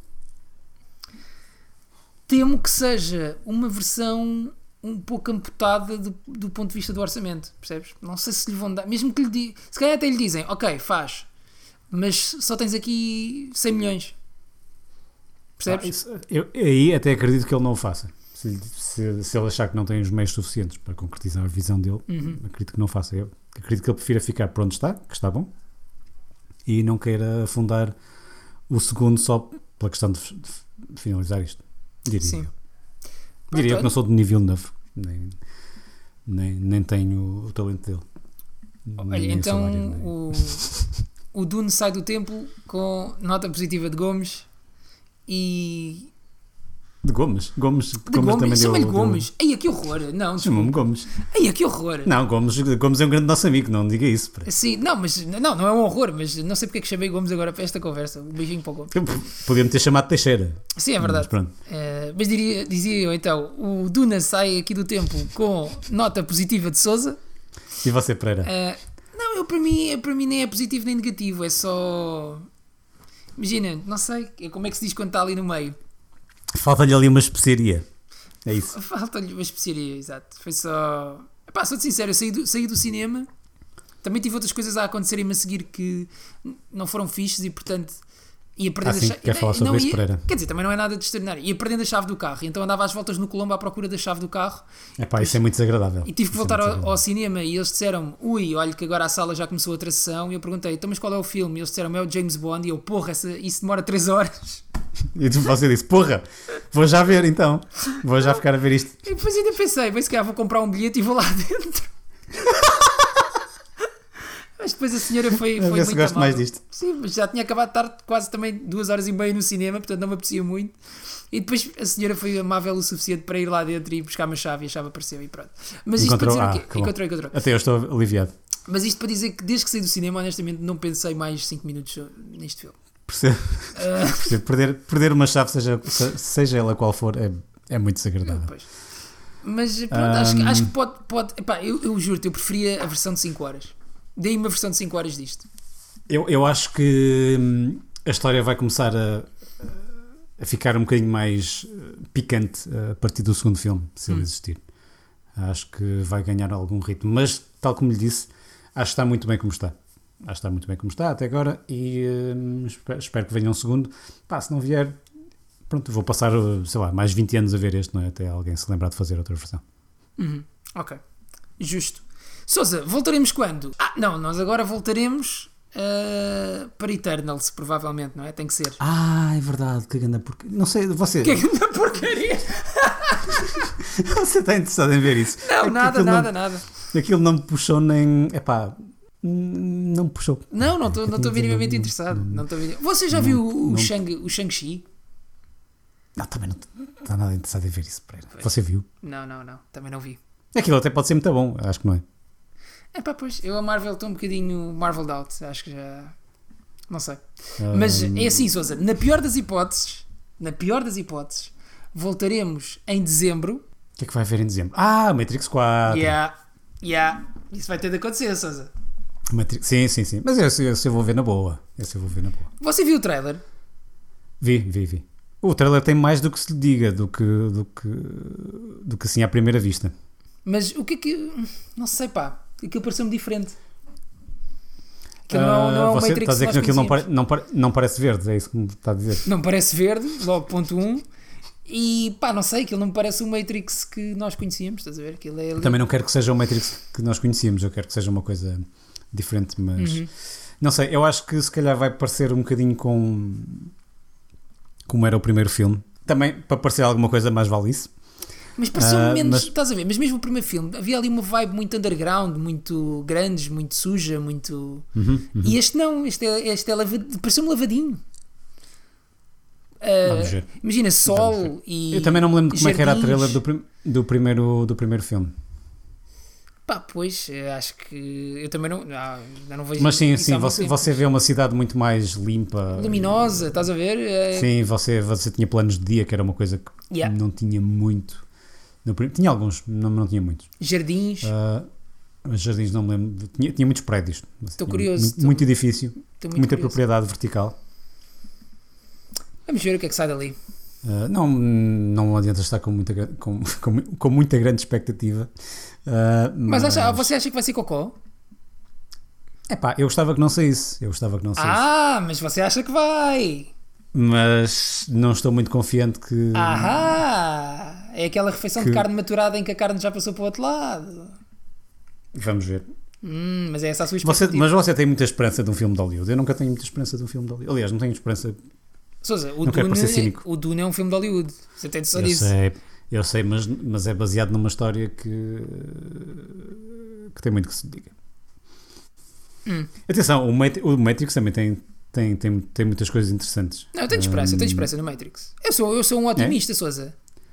temo que seja uma versão um pouco amputada do ponto de vista do orçamento, percebes? Não sei se lhe vão dar, mesmo que se calhar até lhe dizem, ok, faz, mas só tens aqui 100 milhões, percebes? Eu aí até acredito que ele não o faça. Se ele achar que não tem os meios suficientes para concretizar a visão dele, acredito que não faça. Eu acredito que ele prefira ficar por onde está, que está bom, e não queira afundar o segundo só pela questão de finalizar isto. Diria que não sou de nível novo, nem tenho o talento dele. Olha, então o Dune sai do templo com nota positiva de Gomes e... De Gomes. Gomes De também Gomes, chama-lhe deu- Gomes. Ai, que horror. Não, Chamou-me desculpa. Gomes. Ai, que horror. Não, Gomes é um grande nosso amigo, não diga isso. pá. Sim, não, mas não é um horror, mas não sei porque é que chamei Gomes agora para esta conversa. Um beijinho para o Gomes. Podia-me ter chamado Teixeira. Sim, é Mas verdade. pronto. Mas dizia eu então, o Duna sai aqui do tempo com nota positiva de Sousa. E você, Pereira? Não, para mim nem é positivo nem negativo, é só... Imagina, não sei, como é que se diz quando está ali no meio? Falta-lhe ali uma especiaria. É isso. Falta-lhe uma especiaria, exato. Foi só... Epá, sou-te sincero, eu saí do cinema, também tive outras coisas a acontecerem-me a seguir que não foram fixes e portanto ia perdendo sim, a chave. quer falar sobre isso, Pereira? Quer dizer, também não é nada de extraordinário. Ia perdendo a chave do carro, então andava às voltas no Colombo à procura da chave do carro Epá, isso é muito desagradável. e tive que Isso é voltar muito ao desagradável. cinema e eles disseram, ui, olha que agora a sala já começou outra sessão e eu perguntei, então mas qual é o filme? E eles disseram, é o James Bond e eu, porra, isso demora 3 horas. E você disse, porra, vou já ver então. Vou já ficar a ver isto. E depois ainda pensei, bem se calhar vou comprar um bilhete e vou lá dentro. Mas depois a senhora foi A ver muito se gosto mais amável. disto. Sim, mas já tinha acabado de estar quase também 2 horas e meia no cinema, portanto não me apetecia muito. E depois a senhora foi amável o suficiente para ir lá dentro e buscar uma chave e a chave apareceu e pronto. Mas isto Encontrou? para dizer o quê? Que bom. Encontrou. Até eu estou aliviado. Mas isto para dizer que desde que saí do cinema, honestamente, não pensei mais 5 minutos neste filme. Percebo. Perder uma chave, seja ela qual for, é muito desagradável. Pois. Mas pronto, acho que pode epá, eu juro-te, eu preferia a versão de 5 horas. Dei uma versão de 5 horas disto. Eu acho que a história vai começar a ficar um bocadinho mais picante a partir do segundo filme, se ele existir. Acho que vai ganhar algum ritmo. Mas, tal como lhe disse, acho que está muito bem como está. Acho que está muito bem como está até agora e espero que venha um segundo. Pá, se não vier, pronto, vou passar, sei lá, mais 20 anos a ver este, não é? Até alguém se lembrar de fazer outra versão. Ok, justo. Sousa, voltaremos quando? Não, nós agora voltaremos para Eternals, provavelmente, não é? Tem que ser. É verdade, que ganda porque não sei, você Que grande porcaria! você está interessado em ver isso? Não, É que nada, aquilo nada. Aquilo não me puxou nem, não me puxou. Não estou minimamente interessado. Você já viu o Shang-Chi? Não, também não está nada interessado em ver isso, Pereira. Você viu? Não, também não vi. Aquilo até pode ser muito bom, acho que não é. Pois, eu a Marvel estou um bocadinho Marveled out, acho que já... Não sei. Mas é assim, Sousa, na pior das hipóteses, voltaremos em dezembro. O que é que vai haver em dezembro? Matrix 4. Isso vai ter de acontecer, Sousa. Sim. Mas esse eu vou ver na boa. Você viu o trailer? Vi. O trailer tem mais do que se lhe diga, do que assim à primeira vista. Mas o que é que... Não sei, pá. Aquilo pareceu-me diferente. Aquilo não é um você Matrix está a dizer que nós aquilo conhecíamos. não parece verde, é isso que me está a dizer. Não parece verde, logo ponto 1. E pá, não sei, aquilo não me parece o Matrix que nós conhecíamos, estás a ver? Aquilo é ali... Também não quero que seja o Matrix que nós conhecíamos, eu quero que seja uma coisa diferente, mas não sei, eu acho que se calhar vai parecer um bocadinho com como era o primeiro filme. Também para parecer alguma coisa mais vale isso. Mas pareceu menos, estás a ver? Mas mesmo o primeiro filme havia ali uma vibe muito underground, muito grandes, muito suja, muito. E este não, este é pareceu-me lavadinho. Vamos ver. Imagina sol e. Eu também não me lembro de como é que era a jardins. trailer do primeiro filme. Pá, pois, acho que eu também não vejo. Mas sim, isso há muito tempo. você vê uma cidade muito mais limpa, Luminosa, estás a ver? Sim, você tinha planos de dia, que era uma coisa que não tinha muito. Tinha alguns, não tinha muitos. Jardins. Os jardins não me lembro. Tinha muitos prédios. Estou curioso. Muito edifício, Estou muito muita curioso. propriedade vertical. Vamos ver o que é que sai dali. Não adianta estar com muita grande expectativa. Mas você acha que vai ser cocó? Epá, eu gostava que não saísse. Mas você acha que vai? Mas não estou muito confiante que. É aquela refeição de carne maturada em que a carne já passou para o outro lado. Vamos ver. Mas é essa a sua expectativa. Mas você tem muita esperança de um filme de Hollywood. Eu nunca tenho muita esperança de um filme de Hollywood. Aliás, não tenho esperança. Sousa, Não quero parecer cínico. o Dune é um filme de Hollywood. Você tem noção disso? Eu sei, mas é baseado numa história que tem muito que se diga. Atenção, o Matrix também tem muitas coisas interessantes. Não, eu tenho esperança no Matrix. Eu sou um otimista, Sousa.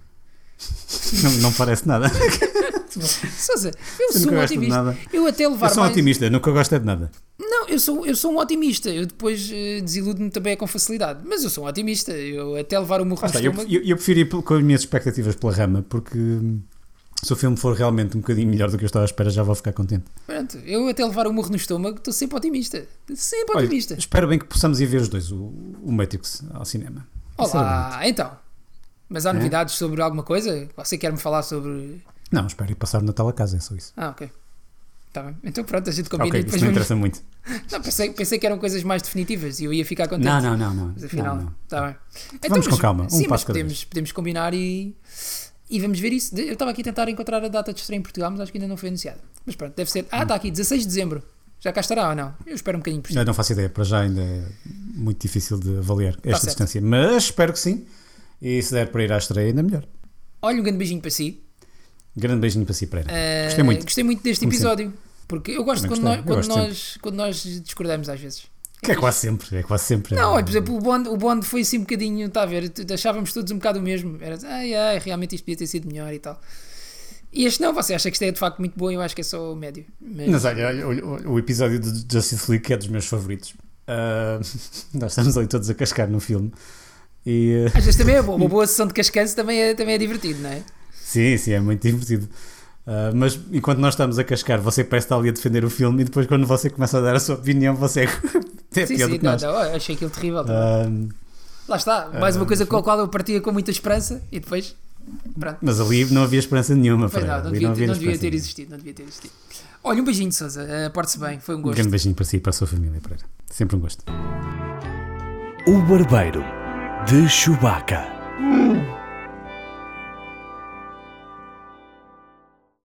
Não parece nada. Sousa, eu Você sou nunca um gosta de otimista. nada. Eu até levar Eu sou um mais... otimista, nunca gosto é de nada. Não, eu sou um otimista. Eu depois desiludo-me também com facilidade. Mas eu sou um otimista. Eu até levar o murro no estômago... Eu prefiro ir com as minhas expectativas pela rama, porque se o filme for realmente um bocadinho melhor do que eu estava à espera, já vou ficar contente. Pronto, eu até levar o murro no estômago estou sempre otimista. Sempre Olha, otimista. espero bem que possamos ir ver os dois, o Matrix, ao cinema. Olá, então. Mas há novidades sobre alguma coisa? Você quer-me falar sobre... Não, espero ir passar o Natal a casa, é só isso. Ah, ok. Tá bem. Então pronto, a gente combina Ok, e depois isso não vamos... interessa muito. Não, pensei que eram coisas mais definitivas e eu ia ficar contente. Não. Mas afinal, Não. está bem. Vamos com calma, sim, passo mas cada vez. podemos combinar e vamos ver isso. Eu estava aqui a tentar encontrar a data de estreia em Portugal, mas acho que ainda não foi anunciada. Mas pronto, deve ser... está aqui, 16 de dezembro. Já cá estará ou não? Eu espero um bocadinho por cima. Eu não faço ideia, para já ainda é muito difícil de avaliar esta certo. distância, mas espero que sim. E se der para ir à estreia, ainda melhor. Olha, um grande beijinho para si. Grande beijinho para si, Pereira. Gostei muito. Deste Como episódio. Porque eu gosto Também quando nós discordamos às vezes. Que é quase sempre. Não, olha, por exemplo, o Bond foi assim um bocadinho, está a ver, achávamos todos um bocado o mesmo. Era realmente isto podia ter sido melhor e tal. E este não, você acha que isto é de facto muito bom e eu acho que é só o médio. Mas olha, o episódio de Justice League que é dos meus favoritos. Nós estamos ali todos a cascar no filme. E, às vezes também é bom, uma boa sessão de cascanço também é divertido, não é? Sim, é muito divertido. Mas enquanto nós estamos a cascar, você parece estar ali a defender o filme e depois quando você começa a dar a sua opinião, você é pior do que nós. Não, achei aquilo terrível. Lá está, mais uma coisa com a qual eu partia com muita esperança e depois... Pronto. Mas ali não havia esperança nenhuma. Pois não devia ter existido. Olha, um beijinho, Sousa. Porte-se bem, foi um gosto. Um grande beijinho para si e para a sua família, Pereira. Sempre um gosto. O Barbeiro de Chewbacca.